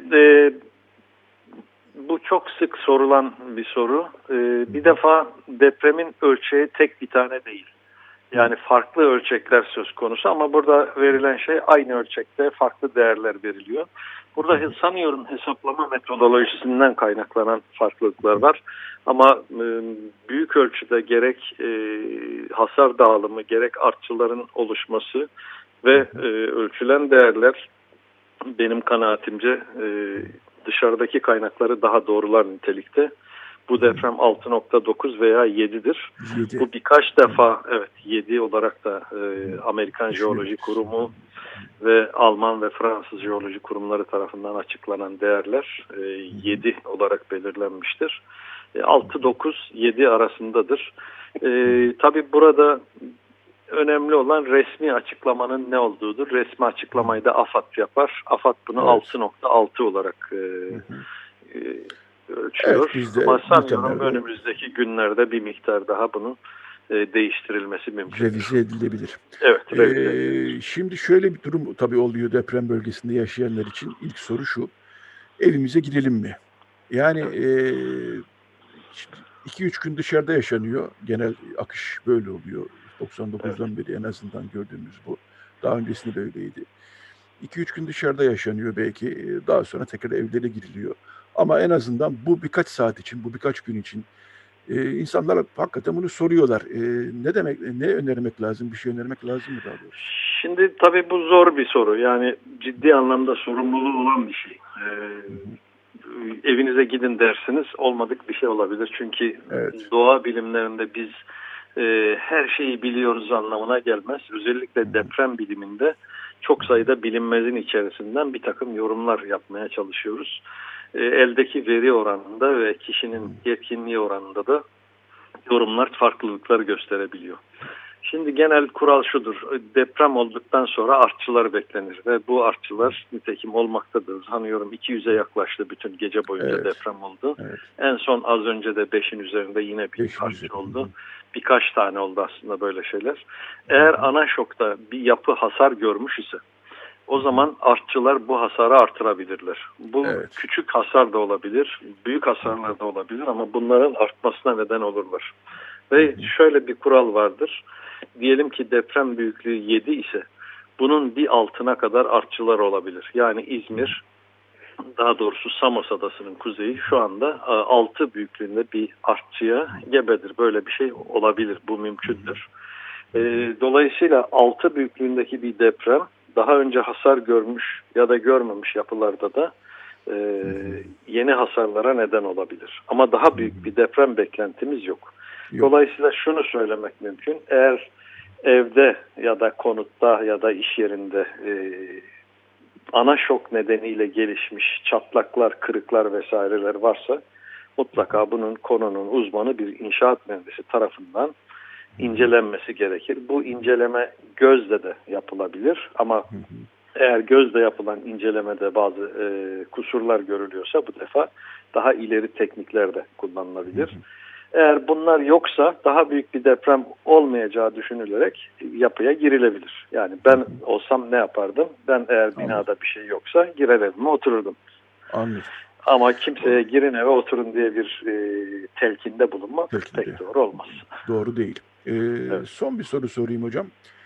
bu çok sık sorulan bir soru. Bir defa depremin ölçeği tek bir tane değil. Yani farklı ölçekler söz konusu ama burada verilen şey aynı ölçekte farklı değerler veriliyor. Burada sanıyorum hesaplama metodolojisinden kaynaklanan farklılıklar var. Ama büyük ölçüde gerek hasar dağılımı, gerek artçıların oluşması ve ölçülen değerler benim kanaatimce dışarıdaki kaynakları daha doğrular nitelikte. Bu deprem 6.9 veya 7'dir. 7. Bu birkaç defa 7 olarak da Amerikan Jeoloji Kurumu ve Alman ve Fransız Jeoloji Kurumları tarafından açıklanan değerler 7 olarak belirlenmiştir. 6-9-7 arasındadır. Tabii burada önemli olan resmi açıklamanın ne olduğudur. Resmi açıklamayı da AFAD yapar. AFAD bunu 6.6 olarak ölçüyor. Ama sanıyorum önümüzdeki günlerde bir miktar daha bunun değiştirilmesi mümkün. Revize edilebilir. Evet. Revize şimdi şöyle bir durum tabii oluyor deprem bölgesinde yaşayanlar için. İlk soru şu: evimize girelim mi? Yani 2-3 gün dışarıda yaşanıyor. Genel akış böyle oluyor. 99'dan beri en azından gördüğümüz bu. Daha öncesinde böyleydi. 2-3 gün dışarıda yaşanıyor belki. Daha sonra tekrar evlere giriliyor. Ama en azından bu birkaç saat için, bu birkaç gün için insanlar hakikaten bunu soruyorlar. Ne demek, ne önermek lazım? Bir şey önermek lazım mı daha doğrusu? Şimdi tabii bu zor bir soru. Yani ciddi anlamda sorumluluğu olan bir şey. Evinize gidin dersiniz, olmadık bir şey olabilir. Çünkü doğa bilimlerinde biz her şeyi biliyoruz anlamına gelmez. Özellikle deprem biliminde çok sayıda bilinmezin içerisinden bir takım yorumlar yapmaya çalışıyoruz. Eldeki veri oranında ve kişinin yetkinliği oranında da yorumlar farklılıklar gösterebiliyor. Şimdi genel kural şudur: deprem olduktan sonra artçılar beklenir ve bu artçılar nitekim olmaktadır. Sanıyorum 200'e yaklaştı bütün gece boyunca deprem oldu. En son az önce de 5'in üzerinde yine bir artçı oldu. Birkaç tane oldu aslında böyle şeyler. Eğer ana şokta bir yapı hasar görmüş ise o zaman artçılar bu hasarı artırabilirler. Bu küçük hasar da olabilir, büyük hasarlar da olabilir ama bunların artmasına neden olurlar. Ve şöyle bir kural vardır: diyelim ki deprem büyüklüğü 7 ise bunun bir altına kadar artçılar olabilir. Yani İzmir, daha doğrusu Samos Adası'nın kuzeyi şu anda 6 büyüklüğünde bir artçıya gebedir. Böyle bir şey olabilir, bu mümkündür. Dolayısıyla 6 büyüklüğündeki bir deprem daha önce hasar görmüş ya da görmemiş yapılarda da yeni hasarlara neden olabilir. Ama daha büyük bir deprem beklentimiz yok. Yok. Dolayısıyla şunu söylemek mümkün. Eğer evde ya da konutta ya da iş yerinde ana şok nedeniyle gelişmiş çatlaklar, kırıklar vesaireler varsa mutlaka bunun konunun uzmanı bir inşaat mühendisi tarafından incelenmesi gerekir. Bu inceleme gözle de yapılabilir ama eğer gözle yapılan incelemede bazı kusurlar görülüyorsa bu defa daha ileri teknikler de kullanılabilir. Eğer bunlar yoksa daha büyük bir deprem olmayacağı düşünülerek yapıya girilebilir. Yani ben olsam ne yapardım? Ben eğer binada bir şey yoksa girer evime otururdum. Anladım. Ama kimseye girin eve oturun diye bir telkinde bulunmak pek doğru olmaz. Doğru değil. Evet. Son bir soru sorayım hocam.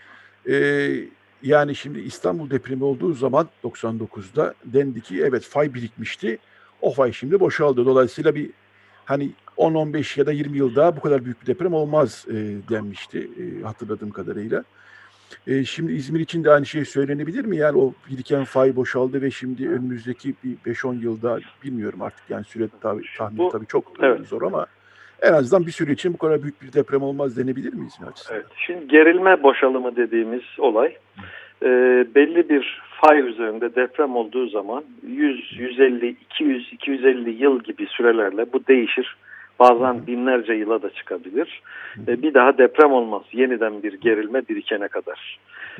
Yani şimdi İstanbul depremi olduğu zaman 99'da dendi ki evet fay birikmişti. O fay şimdi boşaldı. Dolayısıyla bir hani 10-15 ya da 20 yıl daha bu kadar büyük bir deprem olmaz denmişti hatırladığım kadarıyla. Şimdi İzmir için de aynı şey söylenebilir mi? Yani o biriken fay boşaldı ve şimdi önümüzdeki bir 5-10 yılda bilmiyorum artık yani süre tahmini tabii çok zor ama en azından bir süre için bu kadar büyük bir deprem olmaz denebilir mi İzmir açısından? Evet. Şimdi gerilme boşalımı dediğimiz olay belli bir fay üzerinde deprem olduğu zaman 100, 150, 200, 250 yıl gibi sürelerle bu değişir. Bazen binlerce yıla da çıkabilir. Bir daha deprem olmaz. Yeniden bir gerilme birikene kadar.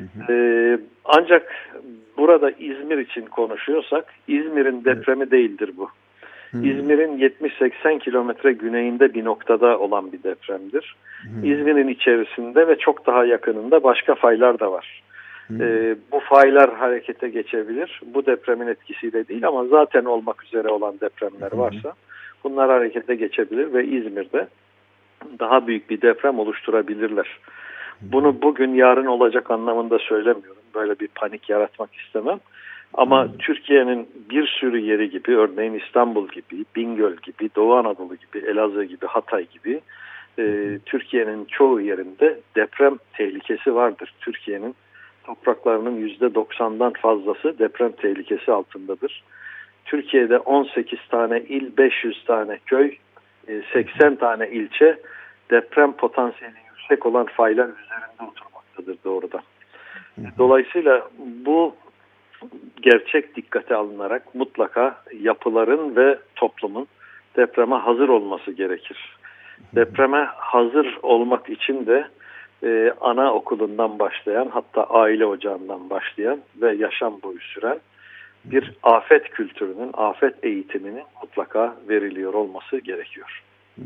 Ancak burada İzmir için konuşuyorsak İzmir'in depremi değildir bu. İzmir'in 70-80 kilometre güneyinde bir noktada olan bir depremdir. İzmir'in içerisinde ve çok daha yakınında başka faylar da var. Bu faylar harekete geçebilir. Bu depremin etkisiyle değil ama zaten olmak üzere olan depremler varsa bunlar harekete geçebilir ve İzmir'de daha büyük bir deprem oluşturabilirler. Bunu bugün yarın olacak anlamında söylemiyorum. Böyle bir panik yaratmak istemem. Ama Türkiye'nin bir sürü yeri gibi, örneğin İstanbul gibi, Bingöl gibi, Doğu Anadolu gibi, Elazığ gibi, Hatay gibi Türkiye'nin çoğu yerinde deprem tehlikesi vardır. Türkiye'nin topraklarının %90'dan fazlası deprem tehlikesi altındadır. Türkiye'de 18 tane il, 500 tane köy, 80 tane ilçe deprem potansiyeli yüksek olan faylar üzerinde oturmaktadır doğrudan. Dolayısıyla bu gerçek dikkate alınarak mutlaka yapıların ve toplumun depreme hazır olması gerekir. Depreme hazır olmak için de anaokulundan başlayan, hatta aile ocağından başlayan ve yaşam boyu süren bir afet kültürünün, afet eğitiminin mutlaka veriliyor olması gerekiyor.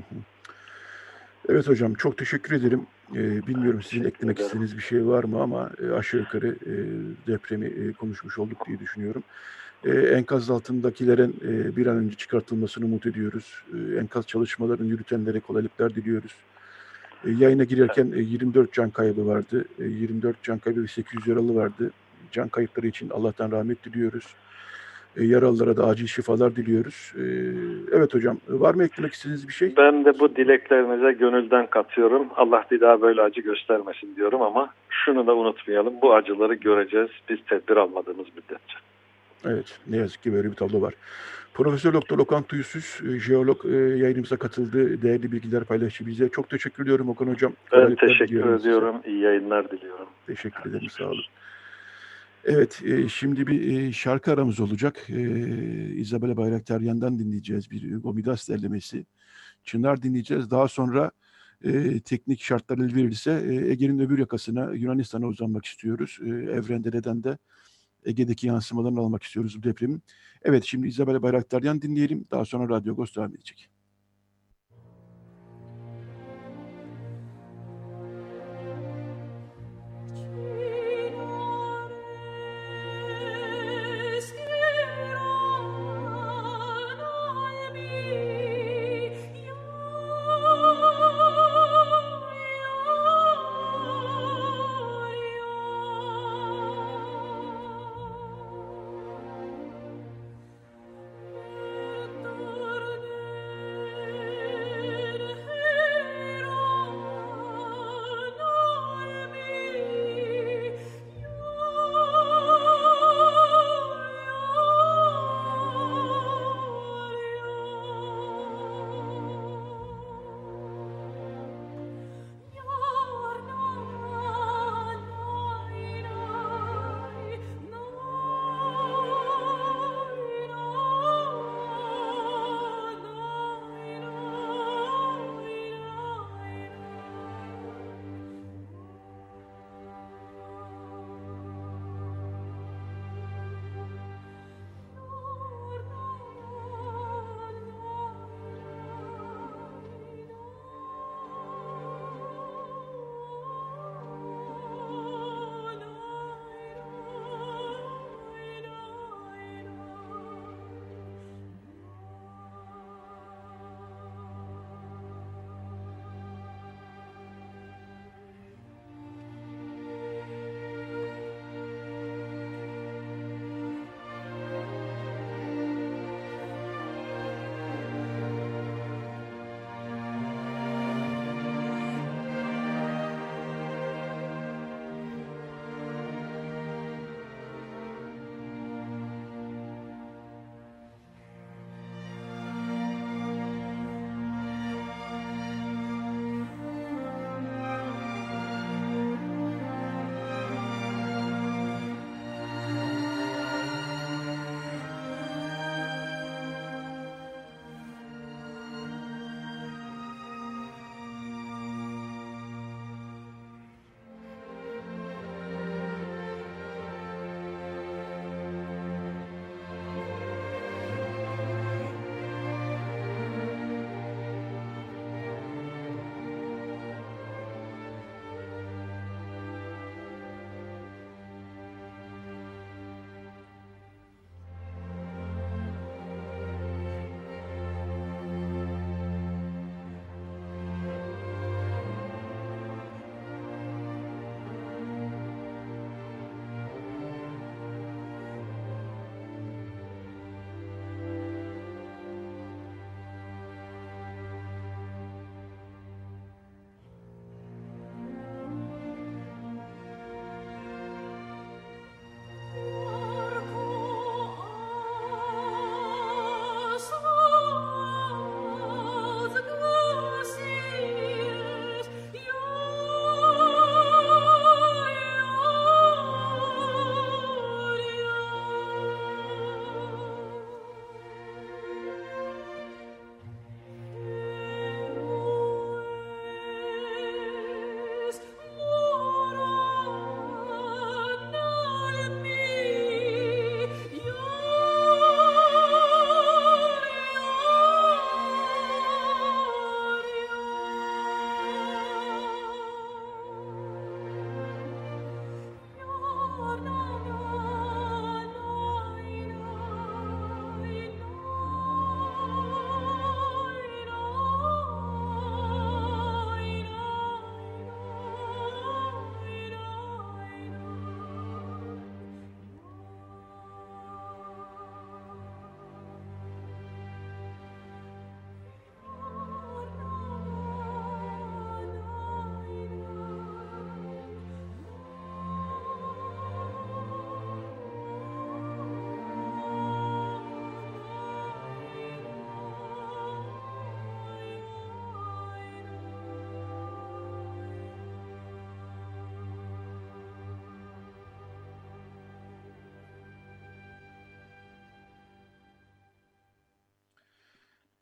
Evet hocam, çok teşekkür ederim. Bilmiyorum sizin eklemek istediğiniz bir şey var mı ama aşağı yukarı depremi konuşmuş olduk diye düşünüyorum. Enkaz altındakilerin bir an önce çıkartılmasını umut ediyoruz. Enkaz çalışmalarını yürütenlere kolaylıklar diliyoruz. Yayına girerken 24 can kaybı vardı. 24 can kaybı ve 800 yaralı vardı. Can kayıpları için Allah'tan rahmet diliyoruz. Yaralılara da acil şifalar diliyoruz. Evet hocam, var mı eklemek istediğiniz bir şey? Ben de bu dileklerinize gönülden katıyorum. Allah bir daha böyle acı göstermesin diyorum ama şunu da unutmayalım. Bu acıları göreceğiz biz tedbir almadığımız müddetçe. Evet, ne yazık ki böyle bir tablo var. Profesör Doktor Okan Tuysuz, jeolog yayınımıza katıldı. Değerli bilgiler paylaştı bize. Çok teşekkür ediyorum Okan hocam. Ben teşekkür ediyorum. İyi yayınlar diliyorum. Teşekkür ederim. Sağ olun. Evet, şimdi bir şarkı aramız olacak. Isabella Bayraktaryan'dan dinleyeceğiz bir Hugo Midas derlemesi. Çınar dinleyeceğiz. Daha sonra teknik şartlar el verirse Ege'nin öbür yakasına Yunanistan'a uzanmak istiyoruz. Evrende neden de Ege'deki yansımalarını almak istiyoruz bu depremin. Evet, şimdi Isabella Bayraktaryan dinleyelim. Daha sonra Radyo Agos devam edecek.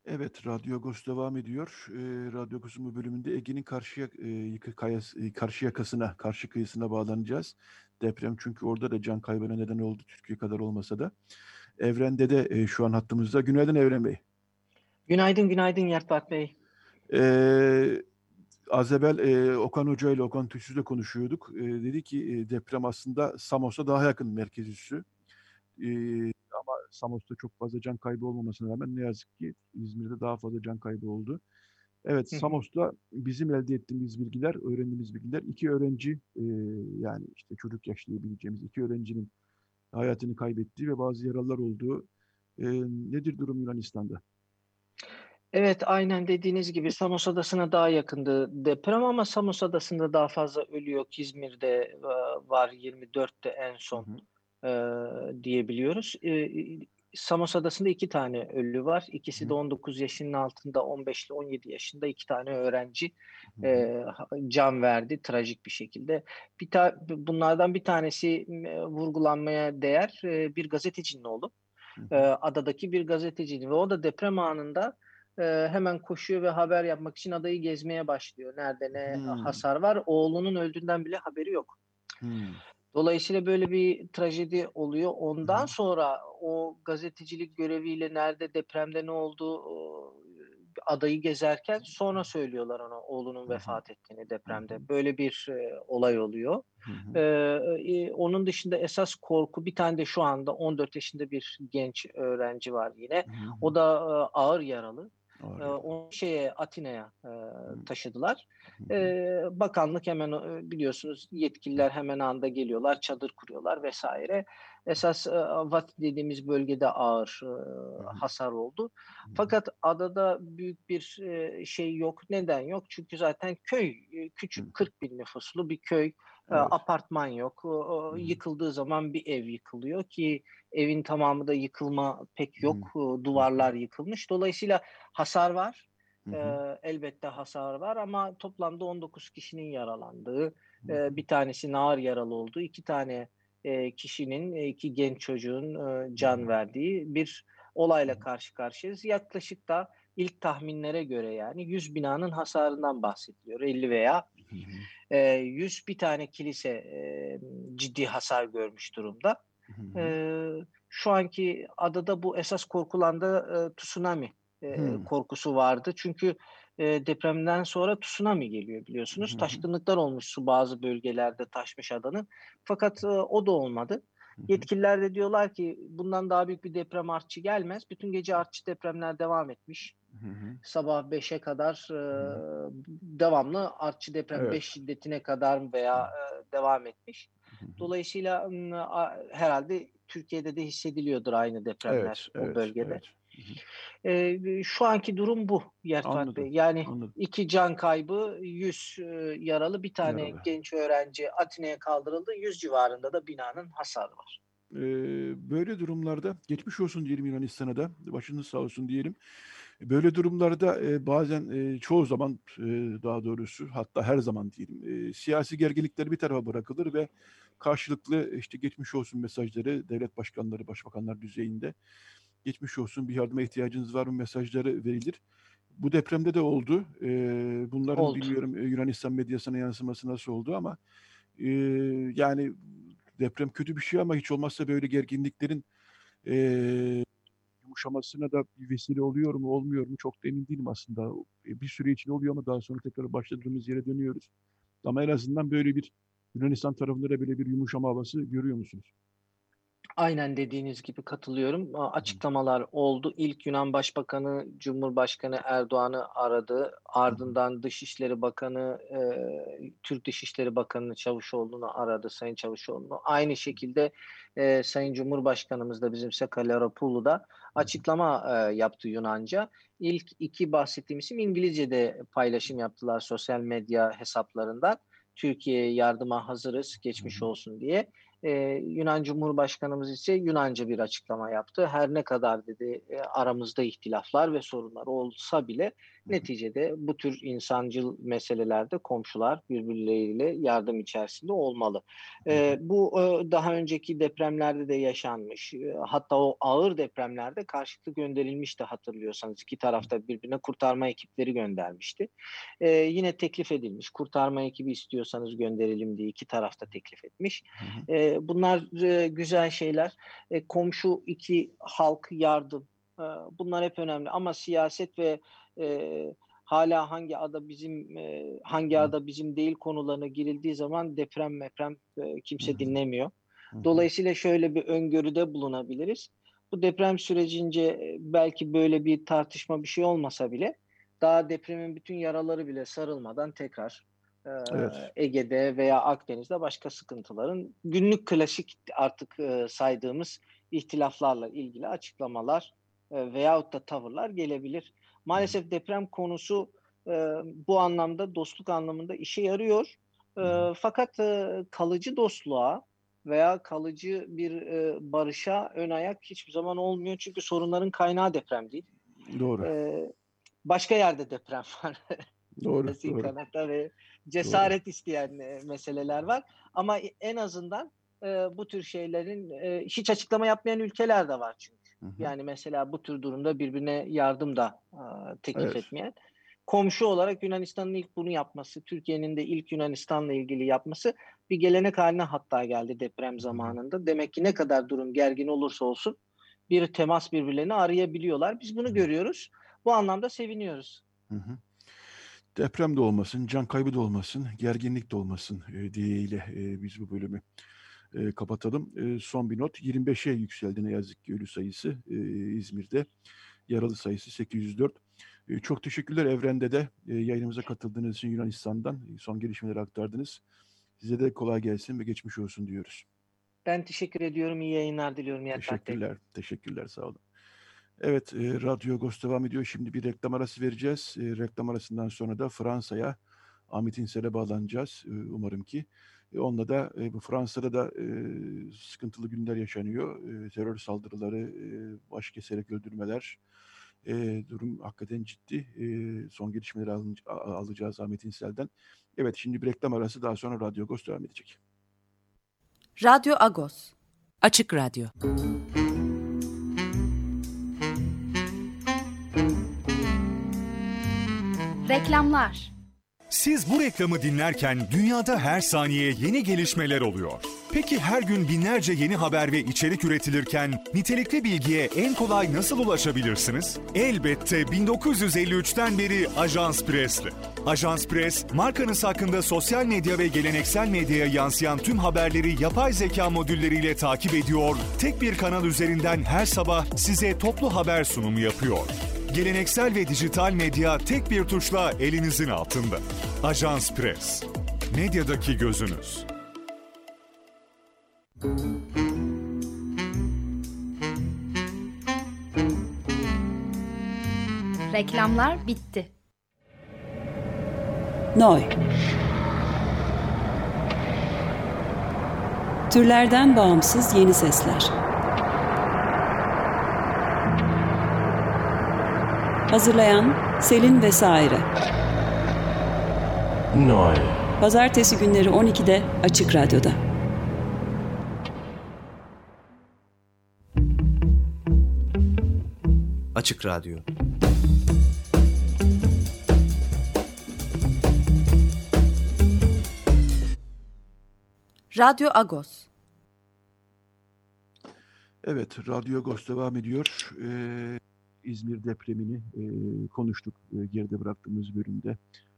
Evet, Radyo Agos devam ediyor. Radyo Agos'un bu bölümünde Ege'nin karşı yakasına, karşı kıyısına bağlanacağız. Deprem çünkü orada da can kaybına neden oldu, Türkiye kadar olmasa da. Evren'de de şu an hattımızda. Günaydın Evren Bey. Günaydın, günaydın Yerpat Bey. Ee, Az evvel Okan Hoca ile Okan Tüysüz'le konuşuyorduk. Dedi ki deprem aslında Samos'a daha yakın merkez üssü. Ama Samos'ta çok fazla can kaybı olmamasına rağmen ne yazık ki İzmir'de daha fazla can kaybı oldu. Evet, Samos'ta bizim elde ettiğimiz bilgiler, öğrendiğimiz bilgiler, iki öğrenci yani işte çocuk yaşlayabileceğimiz iki öğrencinin hayatını kaybettiği ve bazı yaralılar olduğu. Nedir durum Yunanistan'da? Evet, aynen dediğiniz gibi Samos Adası'na daha yakındı deprem ama Samos Adası'nda daha fazla ölü yok. İzmir'de var 24'te en son diyebiliyoruz. Samos Adası'nda 2 tane ölü var. İkisi de 19 yaşının altında, 15 ile 17 yaşında 2 tane öğrenci can verdi trajik bir şekilde. Bunlardan bir tanesi vurgulanmaya değer bir gazetecinin oğlu. Adadaki bir gazetecinin ve o da deprem anında hemen koşuyor ve haber yapmak için adayı gezmeye başlıyor. Nerede ne hasar var. Oğlunun öldüğünden bile haberi yok. Dolayısıyla böyle bir trajedi oluyor. Ondan sonra o gazetecilik göreviyle nerede depremde ne oldu adayı gezerken sonra söylüyorlar ona oğlunun vefat ettiğini depremde. Böyle bir olay oluyor. Onun dışında esas korku bir tane de şu anda 14 yaşında bir genç öğrenci var yine. O da ağır yaralı. Onu Atina'ya taşıdılar. Bakanlık hemen biliyorsunuz yetkililer hemen anda geliyorlar, çadır kuruyorlar vesaire. Esas Vat dediğimiz bölgede ağır hasar oldu. Fakat adada büyük bir şey yok. Neden yok? Çünkü zaten köy küçük 40 bin nüfuslu bir köy. Apartman yok. Yıkıldığı zaman bir ev yıkılıyor ki evin tamamı da yıkılma pek yok. Duvarlar yıkılmış. Dolayısıyla hasar var. Elbette hasar var ama toplamda 19 kişinin yaralandığı, bir tanesinin ağır yaralı olduğu, 2 tane kişinin, 2 genç çocuğun can verdiği bir olayla karşı karşıyayız. Yaklaşık da ilk tahminlere göre yani 100 binanın hasarından bahsediliyor. 50 veya 100 bir tane kilise ciddi hasar görmüş durumda. Şu anki adada bu esas korkulan da tsunami korkusu vardı. Çünkü depremden sonra tsunami geliyor biliyorsunuz. Taşkınlıklar olmuş su bazı bölgelerde taşmış adanın. Fakat o da olmadı. Yetkililer de diyorlar ki bundan daha büyük bir deprem artçı gelmez. Bütün gece artçı depremler devam etmiş. Sabah 5'e kadar devamlı artçı deprem 5 şiddetine kadar veya devam etmiş. Dolayısıyla herhalde Türkiye'de de hissediliyordur aynı depremler o bölgede. Şu anki durum bu Yerfat Bey. Yani anladım. 2 can kaybı, 100 yaralı, bir tane genç öğrenci Atina'ya kaldırıldı. 100 civarında da binanın hasarı var. Böyle durumlarda geçmiş olsun diyelim Yunanistan'a da, başınız sağ olsun diyelim. Böyle durumlarda bazen çoğu zaman daha doğrusu hatta her zaman diyelim siyasi gerginlikler bir tarafa bırakılır ve karşılıklı işte geçmiş olsun mesajları devlet başkanları, başbakanlar düzeyinde geçmiş olsun bir yardıma ihtiyacınız var mı mesajları verilir. Bu depremde de oldu. Bunların bilmiyorum Yunanistan medyasına yansıması nasıl oldu ama yani deprem kötü bir şey ama hiç olmazsa böyle gerginliklerin yumuşamasına da bir vesile oluyor mu olmuyor mu çok da emin değilim aslında. Bir süre için oluyor ama daha sonra tekrar başladığımız yere dönüyoruz. Ama en azından böyle bir Yunanistan tarafında da böyle bir yumuşama havası görüyor musunuz? Aynen dediğiniz gibi katılıyorum. Açıklamalar oldu. İlk Yunan Başbakanı Cumhurbaşkanı Erdoğan'ı aradı. Ardından Dışişleri Bakanı, Türk Dışişleri Bakanı Çavuşoğlu'nu aradı, Sayın Çavuşoğlu'nu. Aynı şekilde Sayın Cumhurbaşkanımız da bizim Sakalaropoulou da açıklama yaptı Yunanca. İlk 2 bahsettiğim isim İngilizce'de paylaşım yaptılar sosyal medya hesaplarından. Türkiye'ye yardıma hazırız, geçmiş olsun diye. Yunan Cumhurbaşkanımız ise Yunanca bir açıklama yaptı. Her ne kadar dedi aramızda ihtilaflar ve sorunlar olsa bile neticede bu tür insancıl meselelerde komşular birbirleriyle yardım içerisinde olmalı. Bu daha önceki depremlerde de yaşanmış. Hatta o ağır depremlerde karşılıklı gönderilmişti, hatırlıyorsanız. İki tarafta birbirine kurtarma ekipleri göndermişti. Yine teklif edilmiş. Kurtarma ekibi istiyorsanız gönderelim diye iki tarafta teklif etmiş. Bunlar güzel şeyler. Komşu iki halk yardım. Bunlar hep önemli. Ama siyaset ve hala hangi ada bizim değil konularına girildiği zaman deprem kimse dinlemiyor. Dolayısıyla şöyle bir öngörüde bulunabiliriz. Bu deprem sürecince belki böyle bir tartışma bir şey olmasa bile daha depremin bütün yaraları bile sarılmadan tekrar Ege'de veya Akdeniz'de başka sıkıntıların günlük klasik artık saydığımız ihtilaflarla ilgili açıklamalar veyahut da tavırlar gelebilir. Maalesef deprem konusu bu anlamda dostluk anlamında işe yarıyor. Fakat kalıcı dostluğa veya kalıcı bir barışa ön ayak hiçbir zaman olmuyor. Çünkü sorunların kaynağı deprem değil. Doğru. Başka yerde deprem var. Doğru. Kanata ve cesaret isteyen meseleler var. Ama en azından bu tür şeylerin hiç açıklama yapmayan ülkeler de var çünkü. Yani mesela bu tür durumda birbirine yardım da teklif etmeyen. Komşu olarak Yunanistan'ın ilk bunu yapması, Türkiye'nin de ilk Yunanistan'la ilgili yapması bir gelenek haline hatta geldi deprem zamanında. Demek ki ne kadar durum gergin olursa olsun bir temas birbirlerini arayabiliyorlar. Biz bunu görüyoruz. Bu anlamda seviniyoruz. Deprem de olmasın, can kaybı da olmasın, gerginlik de olmasın diyeyle biz bu bölümü kapatalım. Son bir not, 25'e yükseldi ne yazık ki ölü sayısı İzmir'de. Yaralı sayısı 804. Çok teşekkürler. Evren'de de yayınımıza katıldığınız için Yunanistan'dan son gelişmeleri aktardınız. Size de kolay gelsin ve geçmiş olsun diyoruz. Ben teşekkür ediyorum. İyi yayınlar diliyorum. Teşekkürler. Sağ olun. Evet, Radyo Agos devam ediyor. Şimdi bir reklam arası vereceğiz. Reklam arasından sonra da Fransa'ya, Ahmet İnsel'e bağlanacağız. Umarım ki. Onunla da bu Fransa'da da sıkıntılı günler yaşanıyor. Terör saldırıları, baş keserek öldürmeler. Durum hakikaten ciddi. Son gelişmeleri alacağız Ahmet İnsel'den. Evet, şimdi bir reklam arası, daha sonra Radyo Agos devam edecek. Radyo Agos. Açık Radyo. Reklamlar. Siz bu reklamı dinlerken dünyada her saniye yeni gelişmeler oluyor. Peki her gün binlerce yeni haber ve içerik üretilirken nitelikli bilgiye en kolay nasıl ulaşabilirsiniz? Elbette 1953'ten beri Ajans Press'le. Ajans Press, markanız hakkında sosyal medya ve geleneksel medyaya yansıyan tüm haberleri yapay zeka modülleriyle takip ediyor, tek bir kanal üzerinden her sabah size toplu haber sunumu yapıyor. Geleneksel ve dijital medya tek bir tuşla elinizin altında. Ajans Press. Medyadaki gözünüz. Reklamlar bitti. Noy. Türlerden bağımsız yeni sesler. Hazırlayan Selin Vesaire. Noy. Pazartesi günleri 12'de Açık Radyo'da. Açık Radyo. Radyo Agos. Evet, Radyo Agos devam ediyor. İzmir depremini konuştuk geride bıraktığımız bölümde.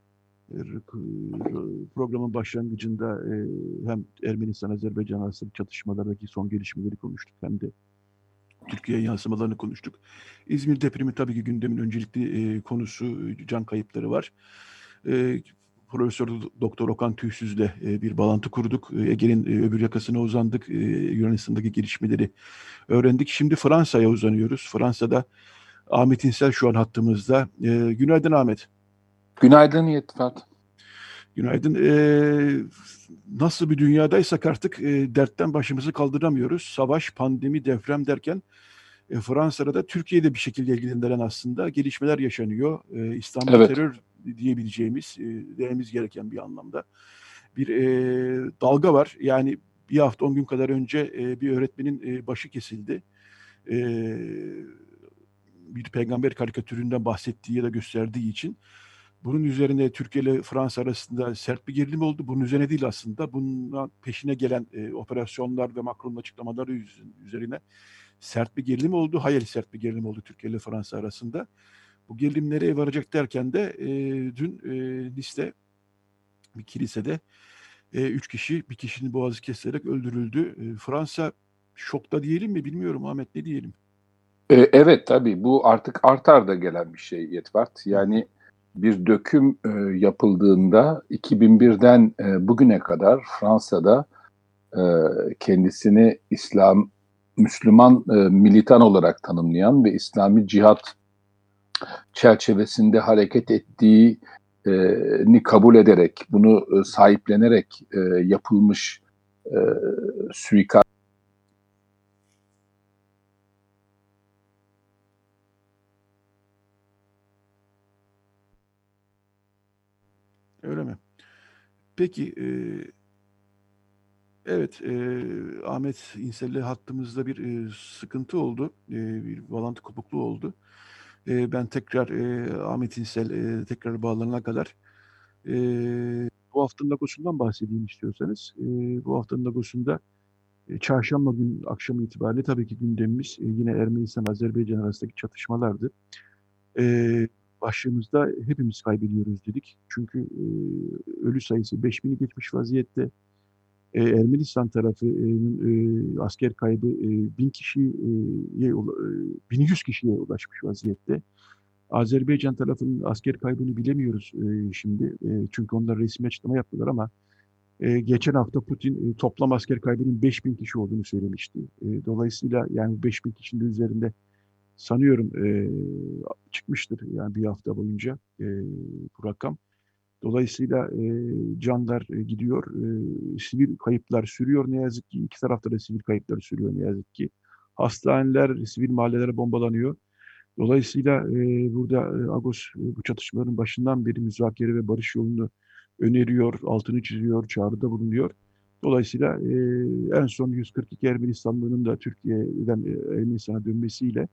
Programın başlangıcında hem Ermenistan-Azerbaycan arasındaki çatışmalardaki son gelişmeleri konuştuk, hem de Türkiye'ye yansımalarını konuştuk. İzmir depremi tabii ki gündemin öncelikli konusu, can kayıpları var. Profesör Doktor Okan Tüysüz'le bir bağlantı kurduk. Ege'nin öbür yakasına uzandık. Yunanistan'daki gelişmeleri öğrendik. Şimdi Fransa'ya uzanıyoruz. Fransa'da Ahmet İnsel şu an hattımızda. Günaydın Ahmet. Günaydın Yetfat. Günaydın. Nasıl bir dünyadaysak artık dertten başımızı kaldıramıyoruz. Savaş, pandemi, deprem derken Fransa'da da Türkiye'de bir şekilde ilgilenen aslında gelişmeler yaşanıyor. İslamcı Evet. terör diyebileceğimiz, dememiz gereken bir anlamda bir dalga var. Yani bir hafta 10 gün kadar önce bir öğretmenin başı kesildi. Bir peygamber karikatüründen bahsettiği ya da gösterdiği için. Bunun üzerine Türkiye ile Fransa arasında sert bir gerilim oldu. Bunun üzerine değil aslında. Bunun peşine gelen operasyonlar ve Macron'un açıklamaları üzerine sert bir gerilim oldu. Hayli sert bir gerilim oldu Türkiye ile Fransa arasında. Bu gerilim nereye varacak derken de dün Nice'de bir kilisede 3 kişi, bir kişinin boğazı kesilerek öldürüldü. Fransa şokta diyelim mi bilmiyorum Ahmet, ne diyelim? Evet, tabii bu artık art arda gelen bir şey Yetvart. Yani bir döküm yapıldığında 2001'den bugüne kadar Fransa'da kendisini Müslüman militan olarak tanımlayan ve İslami cihat çerçevesinde hareket ettiğini kabul ederek, bunu sahiplenerek yapılmış suikast. Öyle mi? Peki, evet, Ahmet İnsel'le hattımızda bir sıkıntı oldu, bir bağlantı kopukluğu oldu. Ben tekrar Ahmet İnsel tekrar bağlanana kadar bu haftanın Lagos'undan bahsedeyim istiyorsanız. Bu haftanın Lagos'unda çarşamba günü akşamı itibariyle tabii ki gündemimiz yine Ermenistan-Azerbaycan arasındaki çatışmalardı. Başlığımızda hepimiz kaybediyoruz dedik. Çünkü ölü sayısı 5000'i geçmiş vaziyette. Ermenistan tarafı asker kaybı 1100 kişiye ulaşmış vaziyette. Azerbaycan tarafının asker kaybını bilemiyoruz şimdi. Çünkü onlar resmi açıklama yaptılar ama geçen hafta Putin toplam asker kaybının 5000 kişi olduğunu söylemişti. Dolayısıyla yani 5000 kişinin üzerinde sanıyorum çıkmıştır yani bir hafta boyunca bu rakam. Dolayısıyla canlar gidiyor, sivil kayıplar sürüyor ne yazık ki. İki tarafta da sivil kayıplar sürüyor ne yazık ki. Hastaneler, sivil mahallelere bombalanıyor. Dolayısıyla burada Agos bu çatışmaların başından beri müzakere ve barış yolunu öneriyor, altını çiziyor, çağrıda bulunuyor. Dolayısıyla en son 142 Ermenistanlı'nın da Türkiye'den Ermenistan'a dönmesiyle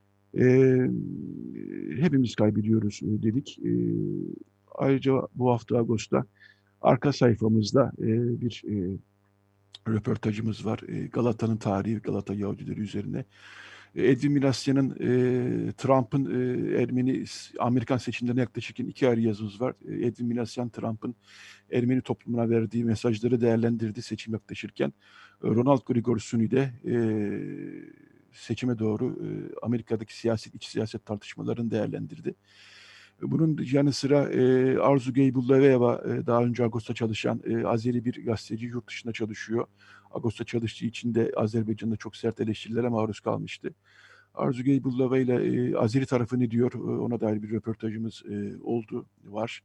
hepimiz kaybediyoruz dedik. Ayrıca bu hafta Ağustos'ta arka sayfamızda bir röportajımız var. Galata'nın tarihi, Galata Yahudileri üzerine. Edwin Minassian'ın Trump'ın Amerikan seçimlerine yaklaşık 2 ayrı yazımız var. Edwin Minassian, Trump'ın Ermeni toplumuna verdiği mesajları değerlendirdi seçim yaklaşırken. Ronald Grigorsu'nu de seçime doğru Amerika'daki iç siyaset tartışmalarını değerlendirdi. Bunun yanı sıra Arzu Geybullayeva daha önce Agos'ta çalışan Azeri bir gazeteci, yurt dışında çalışıyor. Agos'ta çalıştığı için de Azerbaycan'da çok sert eleştirilere maruz kalmıştı. Arzu Geybullayeva ile Azeri tarafı ne diyor ona dair bir röportajımız var.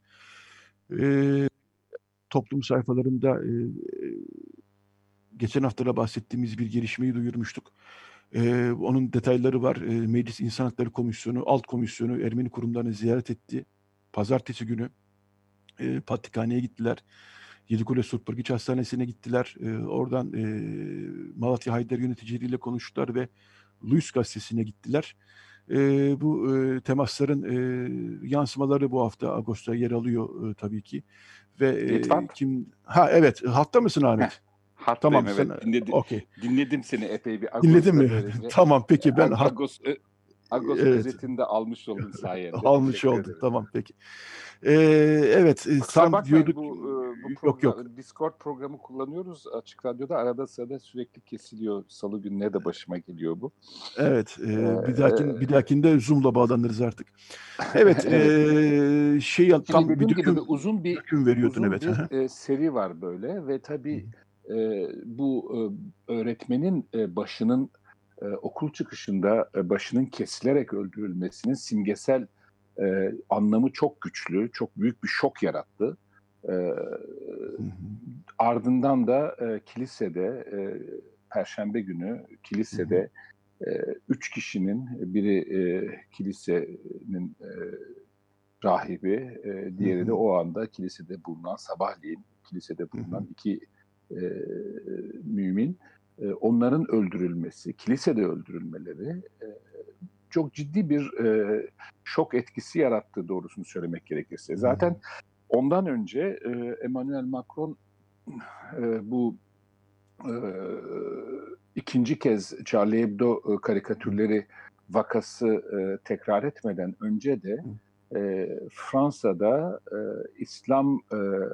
Toplum sayfalarında geçen haftada bahsettiğimiz bir gelişmeyi duyurmuştuk. Onun detayları var. Meclis İnsan Hakları Komisyonu, Alt Komisyonu Ermeni kurumlarını ziyaret etti. Pazartesi günü Patrikhane'ye gittiler. Yedikule Surpurgiç Hastanesi'ne gittiler. Oradan Malatya Haydar yöneticileriyle konuştular ve Luis Gazetesi'ne gittiler. Bu temasların yansımaları bu hafta Ağustos'ta yer alıyor tabii ki. Ve evet, hatta mısın Ahmet? Hattayım, tamam, evet. Okay. Dinledim seni epey bir. Dinledin mi? Tamam, peki ben Agos özetini de almış oldum sayende. Almış oldum. Tamam, peki. Evet, tam diyorduk. Yok. Discord programı kullanıyoruz Açık Radyo'da. Arada sırada sürekli kesiliyor. Salı gününe de başıma geliyor bu. Evet, bir dahakinde Zoom'la bağlanırız artık. Evet, evet. tam bir uzun bir veriyordun, evet. Seri var böyle ve tabii bu öğretmenin başının okul çıkışında başının kesilerek öldürülmesinin simgesel anlamı çok güçlü, çok büyük bir şok yarattı. Ardından da kilisede Perşembe günü kilisede 3 kişinin, biri kilisenin rahibi, diğeri de o anda kilisede bulunan, sabahleyin kilisede bulunan 2 mümin, onların öldürülmesi, kilisede öldürülmeleri çok ciddi bir şok etkisi yarattı, doğrusunu söylemek gerekirse. Zaten ondan önce Emmanuel Macron bu ikinci kez Charlie Hebdo karikatürleri vakası tekrar etmeden önce de Fransa'da İslam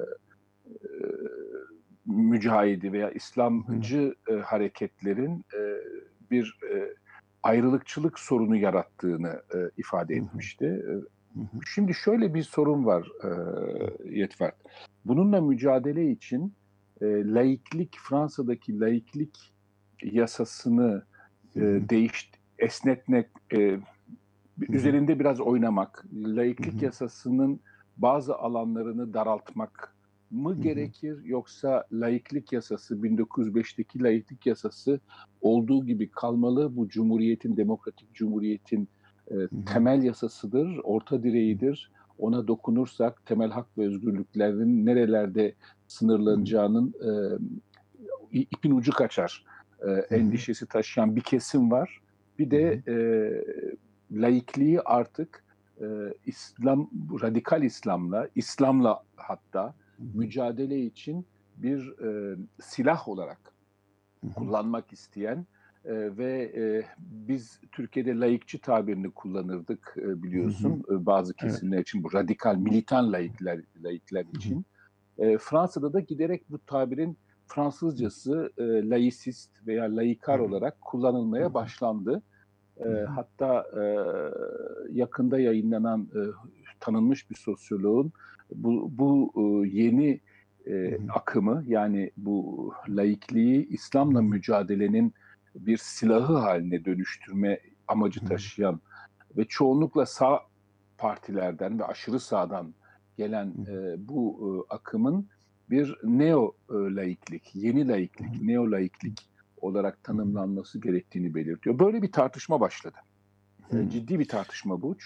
mücahidi veya İslamcı hareketlerin bir ayrılıkçılık sorunu yarattığını ifade etmişti. Şimdi şöyle bir sorun var Yetvert. Bununla mücadele için Fransa'daki laiklik yasasını esnetmek, üzerinde biraz oynamak, laiklik yasasının bazı alanlarını daraltmak mı gerekir, yoksa laiklik yasası, 1905'teki laiklik yasası olduğu gibi kalmalı? Bu cumhuriyetin, demokratik cumhuriyetin temel yasasıdır, orta direğidir. Ona dokunursak temel hak ve özgürlüklerin nerelerde sınırlanacağının ipin ucu kaçar endişesi taşıyan bir kesim var. Bir de laikliği artık radikal İslam'la hatta mücadele için bir silah olarak kullanmak isteyen ve biz Türkiye'de laikçi tabirini kullanırdık, biliyorsun, bazı kesimler için, bu radikal militan laikler için. Fransa'da da giderek bu tabirin Fransızcası laicist veya laikar olarak kullanılmaya başlandı. Hatta yakında yayınlanan tanınmış bir sosyoloğun bu yeni akımı, yani bu laikliği İslam'la mücadelenin bir silahı haline dönüştürme amacı taşıyan ve çoğunlukla sağ partilerden ve aşırı sağdan gelen bu akımın bir neo-laiklik, yeni laiklik, neo-laiklik olarak tanımlanması gerektiğini belirtiyor. Böyle bir tartışma başladı. Ciddi bir tartışma bu.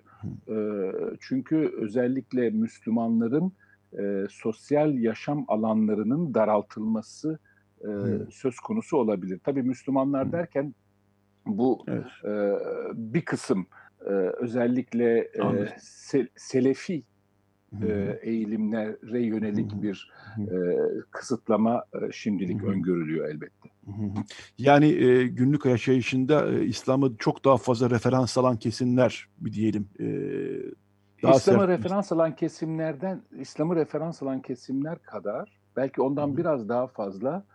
Çünkü özellikle Müslümanların sosyal yaşam alanlarının daraltılması söz konusu olabilir. Tabii Müslümanlar derken bu bir kısım özellikle Selefi eğilimlere yönelik bir kısıtlama şimdilik öngörülüyor elbette. Yani günlük yaşayışında İslam'ı çok daha fazla referans alan kesimler mi diyelim? İslam'ı referans alan kesimler kadar, belki ondan biraz daha fazla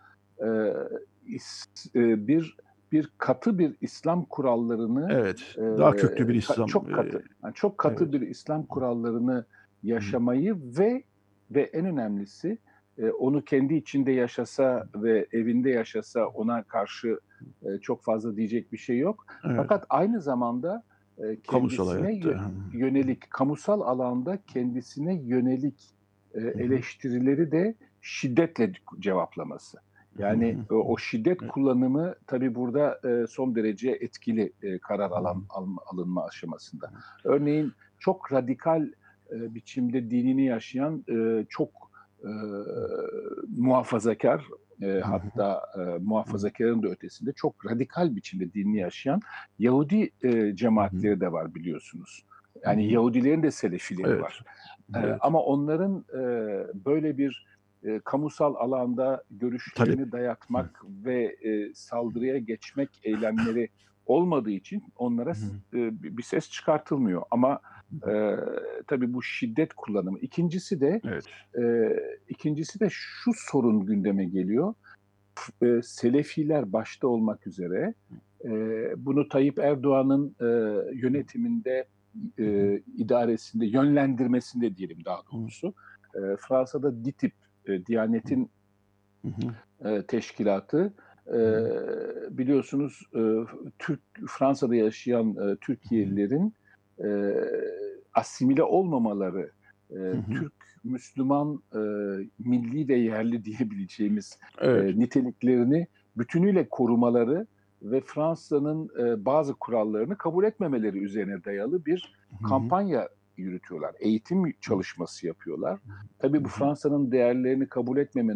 bir katı bir İslam kurallarını, daha köklü bir İslam, çok katı bir İslam kurallarını yaşamayı ve en önemlisi onu kendi içinde yaşasa ve evinde yaşasa ona karşı çok fazla diyecek bir şey yok. Fakat aynı zamanda kendisine yönelik, kamusal alanda kendisine yönelik eleştirileri de şiddetle cevaplaması. Yani o şiddet kullanımı tabii burada son derece etkili karar alınma aşamasında. Örneğin çok radikal biçimde dinini yaşayan çok muhafazakar, hatta muhafazakarın da ötesinde çok radikal biçimde dinini yaşayan Yahudi cemaatleri de var, biliyorsunuz. Yani Yahudilerin de Selefileri var. Ama onların böyle bir kamusal alanda görüşlerini dayatmak ve saldırıya geçmek eylemleri olmadığı için onlara bir ses çıkartılmıyor. Ama tabii bu şiddet kullanımı. İkincisi de şu sorun gündeme geliyor. Selefiler başta olmak üzere bunu Tayyip Erdoğan'ın yönetiminde, idaresinde, yönlendirmesinde diyelim daha doğrusu. Fransa'da DİTİB, Diyanet'in teşkilatı, biliyorsunuz Fransa'da yaşayan Türkiye'lilerin asimile olmamaları, Türk Müslüman, milli ve yerli diyebileceğimiz Evet. niteliklerini bütünüyle korumaları ve Fransa'nın bazı kurallarını kabul etmemeleri üzerine dayalı bir kampanya yürütüyorlar. Eğitim çalışması yapıyorlar. Tabii bu Fransa'nın değerlerini kabul etmeme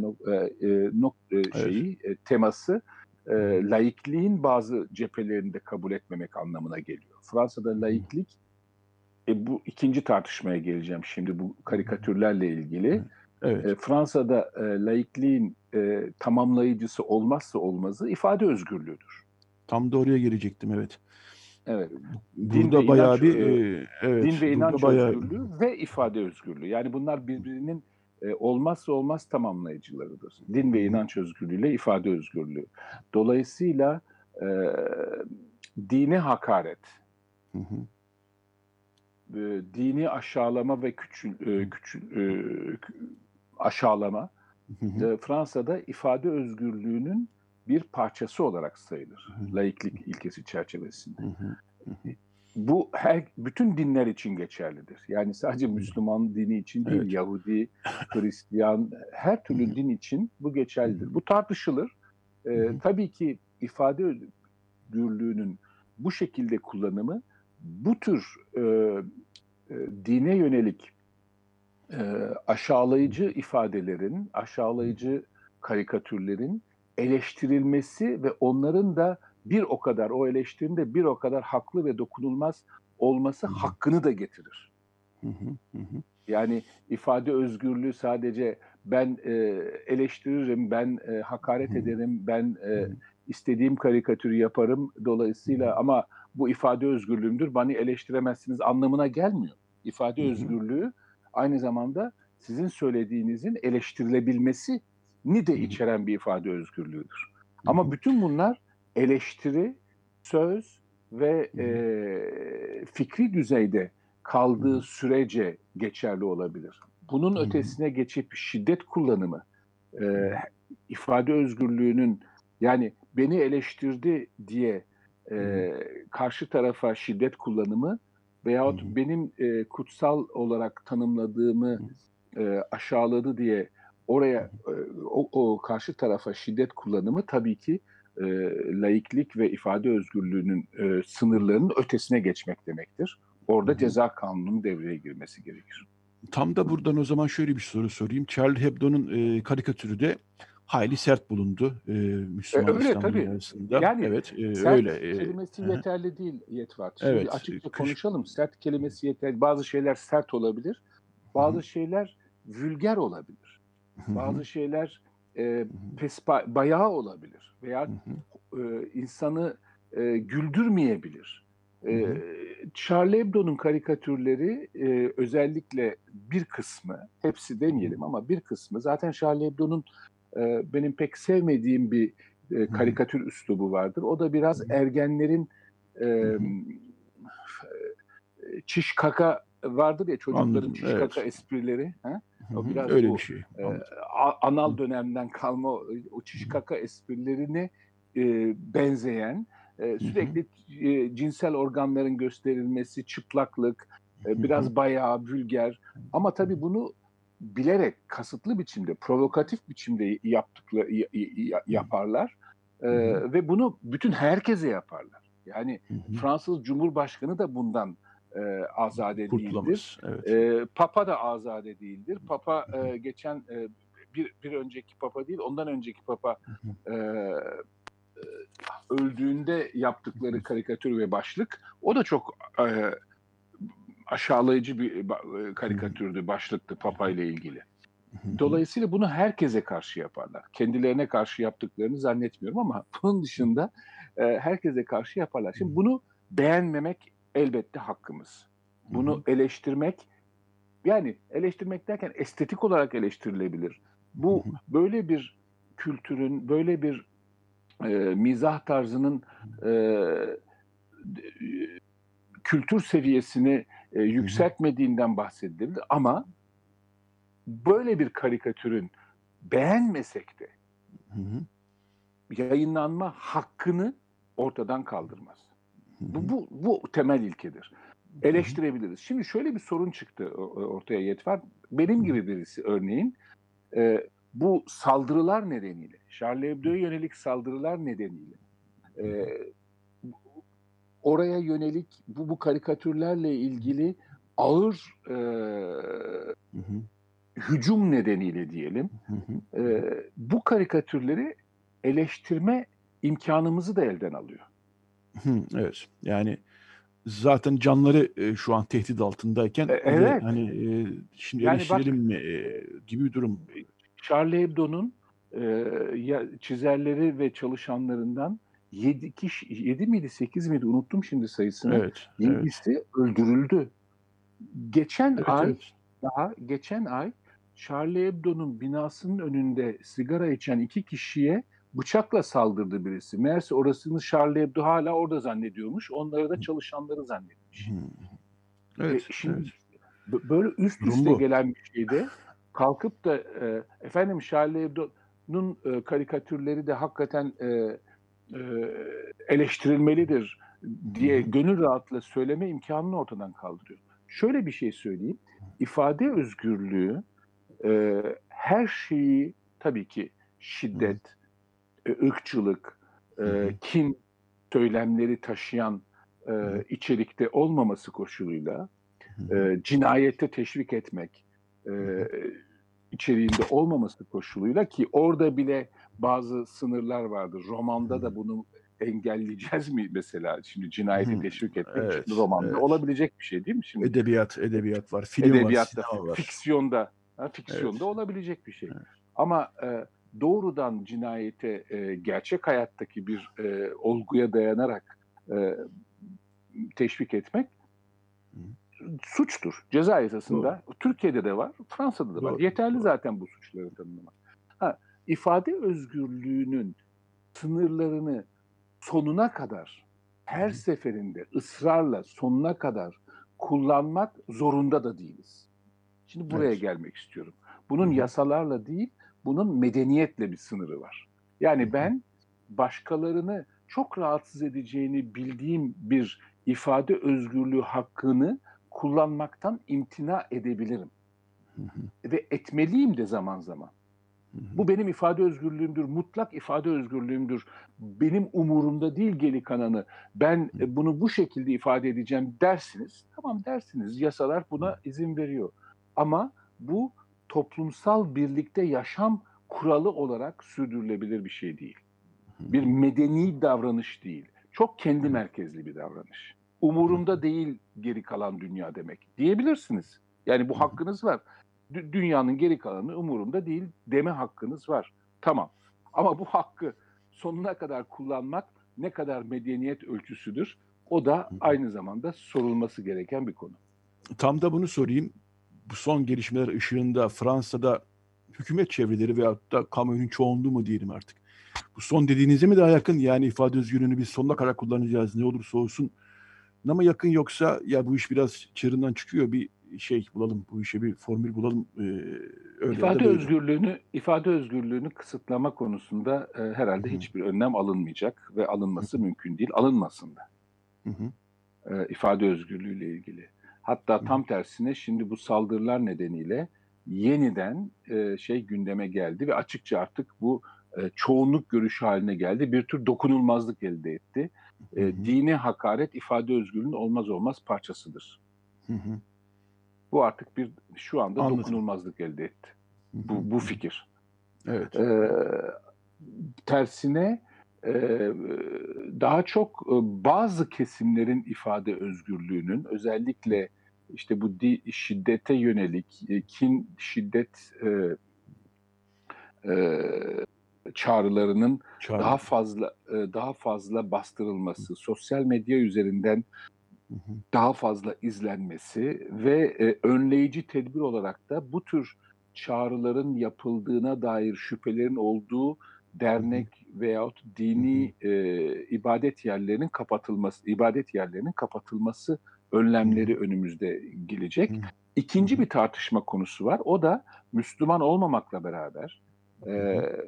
teması laikliğin bazı cephelerini de kabul etmemek anlamına geliyor. Fransa'da laiklik, bu ikinci tartışmaya geleceğim şimdi bu karikatürlerle ilgili. Evet. Fransa'da laikliğin tamamlayıcısı olmazsa olmazı ifade özgürlüğüdür. Tam da oraya gelecektim, evet. Evet. Burada bayağı bir din ve inanç bayağı... özgürlüğü ve ifade özgürlüğü. Yani bunlar birbirinin olmazsa olmaz tamamlayıcılarıdır. Din ve inanç özgürlüğüyle ifade özgürlüğü. Dolayısıyla dine hakaret, dini aşağılama ve aşağılama Fransa'da ifade özgürlüğünün bir parçası olarak sayılır. Laiklik ilkesi çerçevesinde. Bu bütün dinler için geçerlidir. Yani sadece Müslüman dini için değil, Yahudi, Hristiyan, her türlü din için bu geçerlidir. Bu tartışılır. Tabii ki ifade özgürlüğünün bu şekilde kullanımı bu tür dine yönelik aşağılayıcı ifadelerin, aşağılayıcı karikatürlerin eleştirilmesi ve onların da o eleştirinin de bir o kadar haklı ve dokunulmaz olması hakkını da getirir. Yani ifade özgürlüğü sadece ben eleştiririm, ben hakaret ederim, ben istediğim karikatürü yaparım dolayısıyla ama bu ifade özgürlüğümdür, beni eleştiremezsiniz anlamına gelmiyor. İfade özgürlüğü aynı zamanda sizin söylediğinizin eleştirilebilmesini de içeren bir ifade özgürlüğüdür. Ama bütün bunlar eleştiri, söz ve fikri düzeyde kaldığı sürece geçerli olabilir. Bunun ötesine geçip şiddet kullanımı, ifade özgürlüğünün, yani beni eleştirdi diye karşı tarafa şiddet kullanımı veyahut benim kutsal olarak tanımladığımı aşağıladı diye oraya o karşı tarafa şiddet kullanımı tabii ki laiklik ve ifade özgürlüğünün sınırlarının ötesine geçmek demektir. Orada ceza kanununun devreye girmesi gerekir. Tam da buradan o zaman şöyle bir soru sorayım. Charlie Hebdo'nun karikatürü de hayli sert bulundu Müslüman İslam dünyasında. Yani evet, sert öyle. kelimesi yeterli değil Yetvat. Şimdi Evet, açıkça konuşalım. Sert kelimesi yeterli. Bazı şeyler sert olabilir. Bazı şeyler vulgar olabilir. Bazı şeyler bayağı olabilir. Veya insanı güldürmeyebilir. Charlie Hebdo'nun karikatürleri özellikle bir kısmı, hepsi demeyelim ama bir kısmı, zaten Charlie Hebdo'nun benim pek sevmediğim bir karikatür üslubu vardır. O da biraz ergenlerin çiş kaka vardır ya, çocukların Anladım, çiş kaka esprileri. O biraz öyle bu bir şey. anal dönemden kalma o çiş kaka esprilerini benzeyen, sürekli cinsel organların gösterilmesi, çıplaklık, biraz bayağı vulgar, ama tabii bunu bilerek, kasıtlı biçimde, provokatif biçimde yaparlar ve bunu bütün herkese yaparlar. Yani Fransız Cumhurbaşkanı da bundan azade değildir. Evet. Papa da azade değildir. Papa geçen bir önceki Papa değil, ondan önceki Papa öldüğünde yaptıkları karikatür ve başlık, o da çok aşağılayıcı bir karikatürdü, başlıktı Papa ile ilgili. Dolayısıyla bunu herkese karşı yaparlar. Kendilerine karşı yaptıklarını zannetmiyorum ama bunun dışında herkese karşı yaparlar. Şimdi bunu beğenmemek elbette hakkımız. Bunu eleştirmek, yani eleştirmek derken estetik olarak eleştirilebilir. Bu böyle bir kültürün, böyle bir mizah tarzının kültür seviyesini yükseltmediğinden bahsedilir. Ama böyle bir karikatürün beğenmesek de yayınlanma hakkını ortadan kaldırmaz. Bu temel ilkedir. eleştirebiliriz. Şimdi şöyle bir sorun çıktı ortaya Yetvar. Benim gibi birisi örneğin bu saldırılar nedeniyle, Charlie Hebdo'ya yönelik saldırılar nedeniyle oraya yönelik bu karikatürlerle ilgili ağır hücum nedeniyle diyelim bu karikatürleri eleştirme imkanımızı da elden alıyor. Evet. Yani zaten canları şu an tehdit altındayken evet. Hani şimdi yani eleştirelim mi gibi bir durum. Charlie Hebdo'nun çizerleri ve çalışanlarından 7 miydi 8 miydi unuttum şimdi sayısını. Evet. 7'si öldürüldü. Geçen Evet. ay Charlie Hebdo'nun binasının önünde sigara içen 2 kişiye bıçakla saldırdı birisi. Meğerse orasını Charlie Hebdo hala orada zannediyormuş. Onları da çalışanları zannetmiş. Evet. Şimdi böyle üst üste gelen bir şeyde kalkıp da efendim Charlie Hebdo'nun karikatürleri de hakikaten eleştirilmelidir diye gönül rahatlığı söyleme imkanını ortadan kaldırıyor. Şöyle bir şey söyleyeyim. İfade özgürlüğü her şeyi tabii ki şiddet, ırkçılık, kin söylemleri taşıyan içerikte olmaması koşuluyla cinayete teşvik etmek içeriğinde olmaması koşuluyla ki orada bile bazı sınırlar vardır. Romanda da bunu engelleyeceğiz mi mesela? Şimdi cinayete teşvik etmek için romanda olabilecek bir şey değil mi? Şimdi edebiyat var, film var, sinema var. Fiksiyonda olabilecek bir şey. Evet. Ama doğrudan cinayete gerçek hayattaki bir olguya dayanarak teşvik etmek suçtur. Ceza yasasında Türkiye'de de var, Fransa'da da var. Yeterli zaten bu suçları tanımlamak. İfade özgürlüğünün sınırlarını sonuna kadar her seferinde ısrarla sonuna kadar kullanmak zorunda da değiliz. Şimdi buraya gelmek istiyorum. Bunun yasalarla değil, bunun medeniyetle bir sınırı var. Yani ben başkalarını çok rahatsız edeceğini bildiğim bir ifade özgürlüğü hakkını kullanmaktan imtina edebilirim. Ve etmeliyim de zaman zaman. Bu benim ifade özgürlüğümdür, mutlak ifade özgürlüğümdür. Benim umurumda değil geri kalanı. Ben bunu bu şekilde ifade edeceğim dersiniz. Tamam dersiniz. Yasalar buna izin veriyor. Ama bu toplumsal birlikte yaşam kuralı olarak sürdürülebilir bir şey değil. Bir medeni davranış değil. Çok kendi merkezli bir davranış. Umurumda değil geri kalan dünya demek. Diyebilirsiniz. Yani bu hakkınız var. Dünyanın geri kalanı umurumda değil deme hakkınız var. Tamam. Ama bu hakkı sonuna kadar kullanmak ne kadar medeniyet ölçüsüdür? O da aynı zamanda sorulması gereken bir konu. Tam da bunu sorayım. Bu son gelişmeler ışığında Fransa'da hükümet çevreleri veyahut da kamuoyunun çoğunluğu mu diyelim artık. Bu son dediğinize mi daha yakın? Yani ifade özgürlüğünü biz sonuna kadar kullanacağız ne olursa olsun. Ama yakın yoksa ya bu iş biraz çığırından çıkıyor bir şey bulalım. Bu işe bir formül bulalım. İfade özgürlüğünü kısıtlama konusunda herhalde hiçbir önlem alınmayacak ve alınması mümkün değil. Alınmasın da. İfade özgürlüğüyle ilgili. Hatta tam tersine şimdi bu saldırılar nedeniyle yeniden gündeme geldi ve açıkça artık bu çoğunluk görüşü haline geldi. Bir tür dokunulmazlık elde etti. Dine hakaret ifade özgürlüğünün olmaz olmaz parçasıdır. Bu artık şu anda dokunulmazlık elde etti. Bu fikir. Evet. Tersine daha çok bazı kesimlerin ifade özgürlüğünün özellikle işte bu şiddete yönelik şiddet çağrılarının daha fazla bastırılması, sosyal medya üzerinden daha fazla izlenmesi ve önleyici tedbir olarak da bu tür çağrıların yapıldığına dair şüphelerin olduğu dernek veyahut dini ibadet yerlerinin kapatılması önlemleri önümüzde gelecek. İkinci bir tartışma konusu var. O da Müslüman olmamakla beraber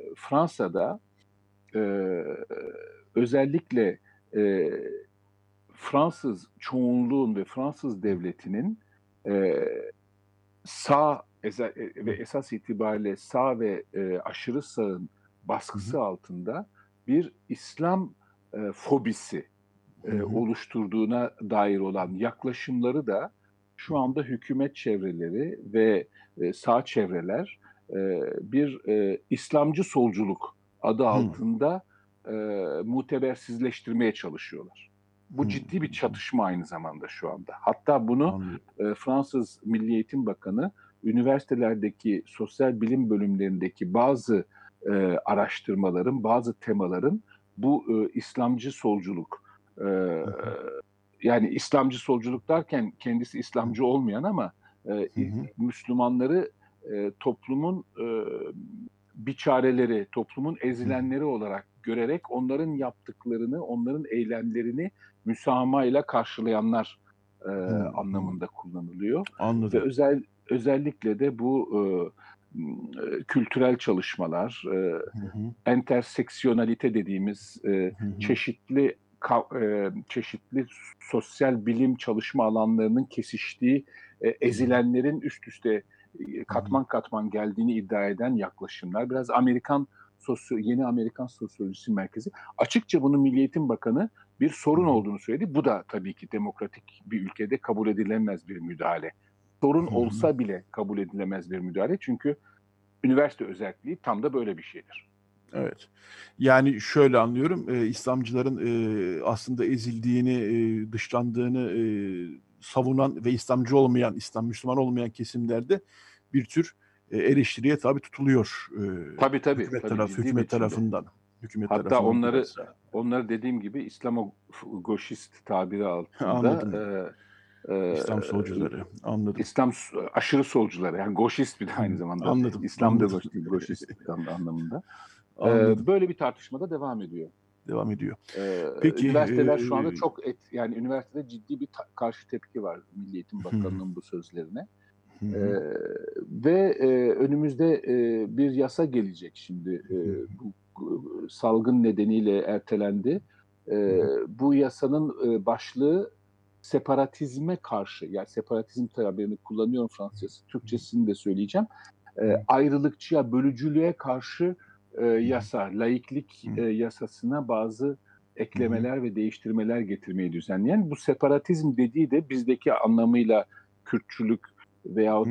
Fransa'da özellikle Fransız çoğunluğun ve Fransız devletinin sağ ve esas itibariyle sağ ve aşırı sağın baskısı altında bir İslam fobisi oluşturduğuna dair olan yaklaşımları da şu anda hükümet çevreleri ve sağ çevreler bir İslamcı solculuk adı altında mutebersizleştirmeye çalışıyorlar. Bu ciddi bir çatışma aynı zamanda şu anda. Hatta bunu Fransız Milli Eğitim Bakanı üniversitelerdeki sosyal bilim bölümlerindeki bazı araştırmaların, bazı temaların bu İslamcı solculuk, yani İslamcı solculuk derken kendisi İslamcı olmayan ama Müslümanları toplumun biçareleri, toplumun ezilenleri olarak görerek onların yaptıklarını, onların eylemlerini müsamaha karşılayanlar anlamında kullanılıyor. Anladım. Ve özellikle de bu kültürel çalışmalar, interseksiyonalite dediğimiz çeşitli sosyal bilim çalışma alanlarının kesiştiği, ezilenlerin üst üste katman katman geldiğini iddia eden yaklaşımlar. Biraz yeni Amerikan sosyolojisi merkezi. Açıkça bunu Milli Eğitim Bakanı bir sorun olduğunu söyledi. Bu da tabii ki demokratik bir ülkede kabul edilemez bir müdahale. Sorun olsa bile kabul edilemez bir müdahale. Çünkü üniversite özelliği tam da böyle bir şeydir. Evet. Yani şöyle anlıyorum, İslamcıların aslında ezildiğini, dışlandığını savunan ve İslamcı olmayan, Müslüman olmayan kesimlerde bir tür eleştiriye tabi tutuluyor. Tabii. Hükümet tarafından. Hatta onları dediğim gibi İslamo-goşist tabiri altında anladım. İslam solcuları. Anladım. İslam aşırı solcuları. Yani goşist bir de aynı zamanda. Anladım. İslam'da goşist anlamında. Böyle bir tartışmada devam ediyor. Peki, üniversiteler şu anda yani üniversitede ciddi bir karşı tepki var Milli Eğitim Bakanlığı'nın bu sözlerine. Ve önümüzde bir yasa gelecek şimdi. Bu salgın nedeniyle ertelendi. Bu yasanın başlığı separatizme karşı, yani separatizm tabirini kullanıyorum Fransızcası, Türkçesini de söyleyeceğim. Ayrılıkçıya, bölücülüğe karşı yasa, laiklik yasasına bazı eklemeler ve değiştirmeler getirmeyi düzenleyen, bu separatizm dediği de bizdeki anlamıyla Kürtçülük veyahut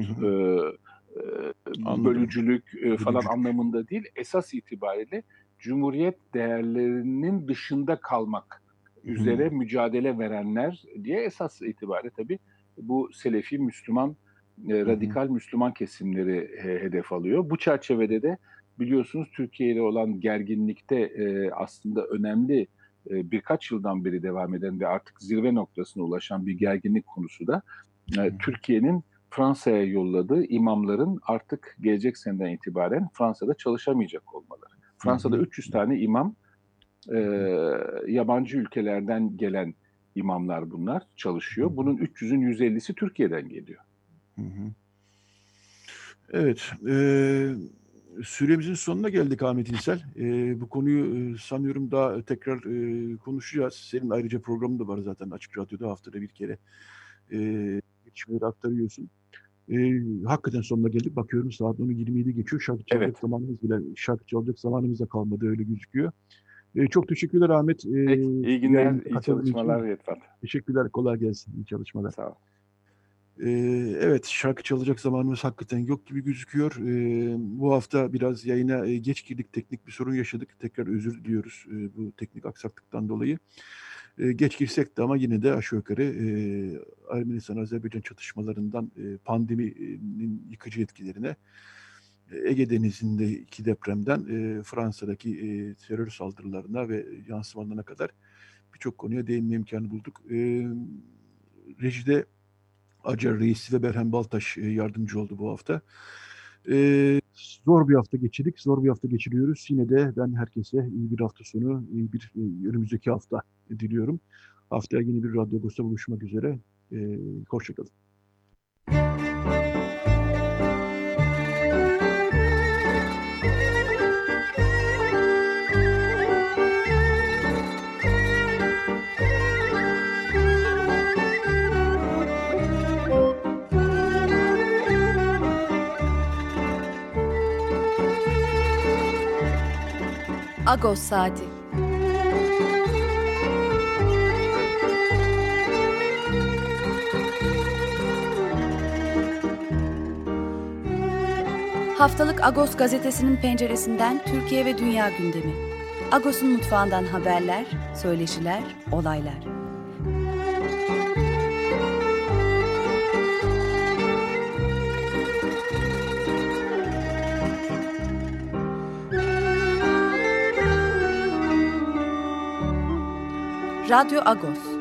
bölücülük falan anlamında değil, esas itibariyle Cumhuriyet değerlerinin dışında kalmak üzere mücadele verenler diye esas itibariyle tabii bu Selefi Müslüman, radikal Müslüman kesimleri hedef alıyor. Bu çerçevede de biliyorsunuz Türkiye ile olan gerginlikte aslında önemli birkaç yıldan beri devam eden ve artık zirve noktasına ulaşan bir gerginlik konusu da Türkiye'nin Fransa'ya yolladığı imamların artık gelecek seneden itibaren Fransa'da çalışamayacak olmaları. Fransa'da 300 tane imam, yabancı ülkelerden gelen imamlar bunlar çalışıyor. Bunun 300'ün 150'si Türkiye'den geliyor. Evet. Süremizin sonuna geldik Ahmet İnsel. Bu konuyu sanıyorum daha tekrar konuşacağız. Senin ayrıca programın da var zaten Açık Radyo'da, haftada bir kere gelişmeleri aktarıyorsun. Hakikaten sonuna geldik. Bakıyorum saat 10:27 geçiyor. Şarkı çalacak zamanımız da kalmadı, öyle gözüküyor. Çok teşekkürler Ahmet. İyi günler, iyi çalışmalar Rıdvan. Teşekkürler, kolay gelsin. İyi çalışmalar. Sağ ol. Evet, şarkı çalacak zamanımız hakikaten yok gibi gözüküyor. Bu hafta biraz yayına geç girdik, teknik bir sorun yaşadık. Tekrar özür diliyoruz bu teknik aksaklıktan dolayı. Geç girsek de ama yine de aşağı yukarı Ermenistan-Azerbaycan çatışmalarından pandeminin yıkıcı etkilerine, Ege Denizi'ndeki depremden Fransa'daki terör saldırılarına ve yansımalarına kadar birçok konuya değinme imkanı bulduk. Rejide Acar Reisi ve Berhem Baltaş yardımcı oldu bu hafta. Zor bir hafta geçirdik, zor bir hafta geçiriyoruz. Yine de ben herkese iyi bir hafta sonu, iyi bir önümüzdeki hafta diliyorum. Haftaya yeni bir Radyo Agos'ta buluşmak üzere. Hoşça kalın. Agos Saati. Haftalık Agos gazetesinin penceresinden Türkiye ve dünya gündemi. Agos'un mutfağından haberler, söyleşiler, olaylar. Radyo Agos.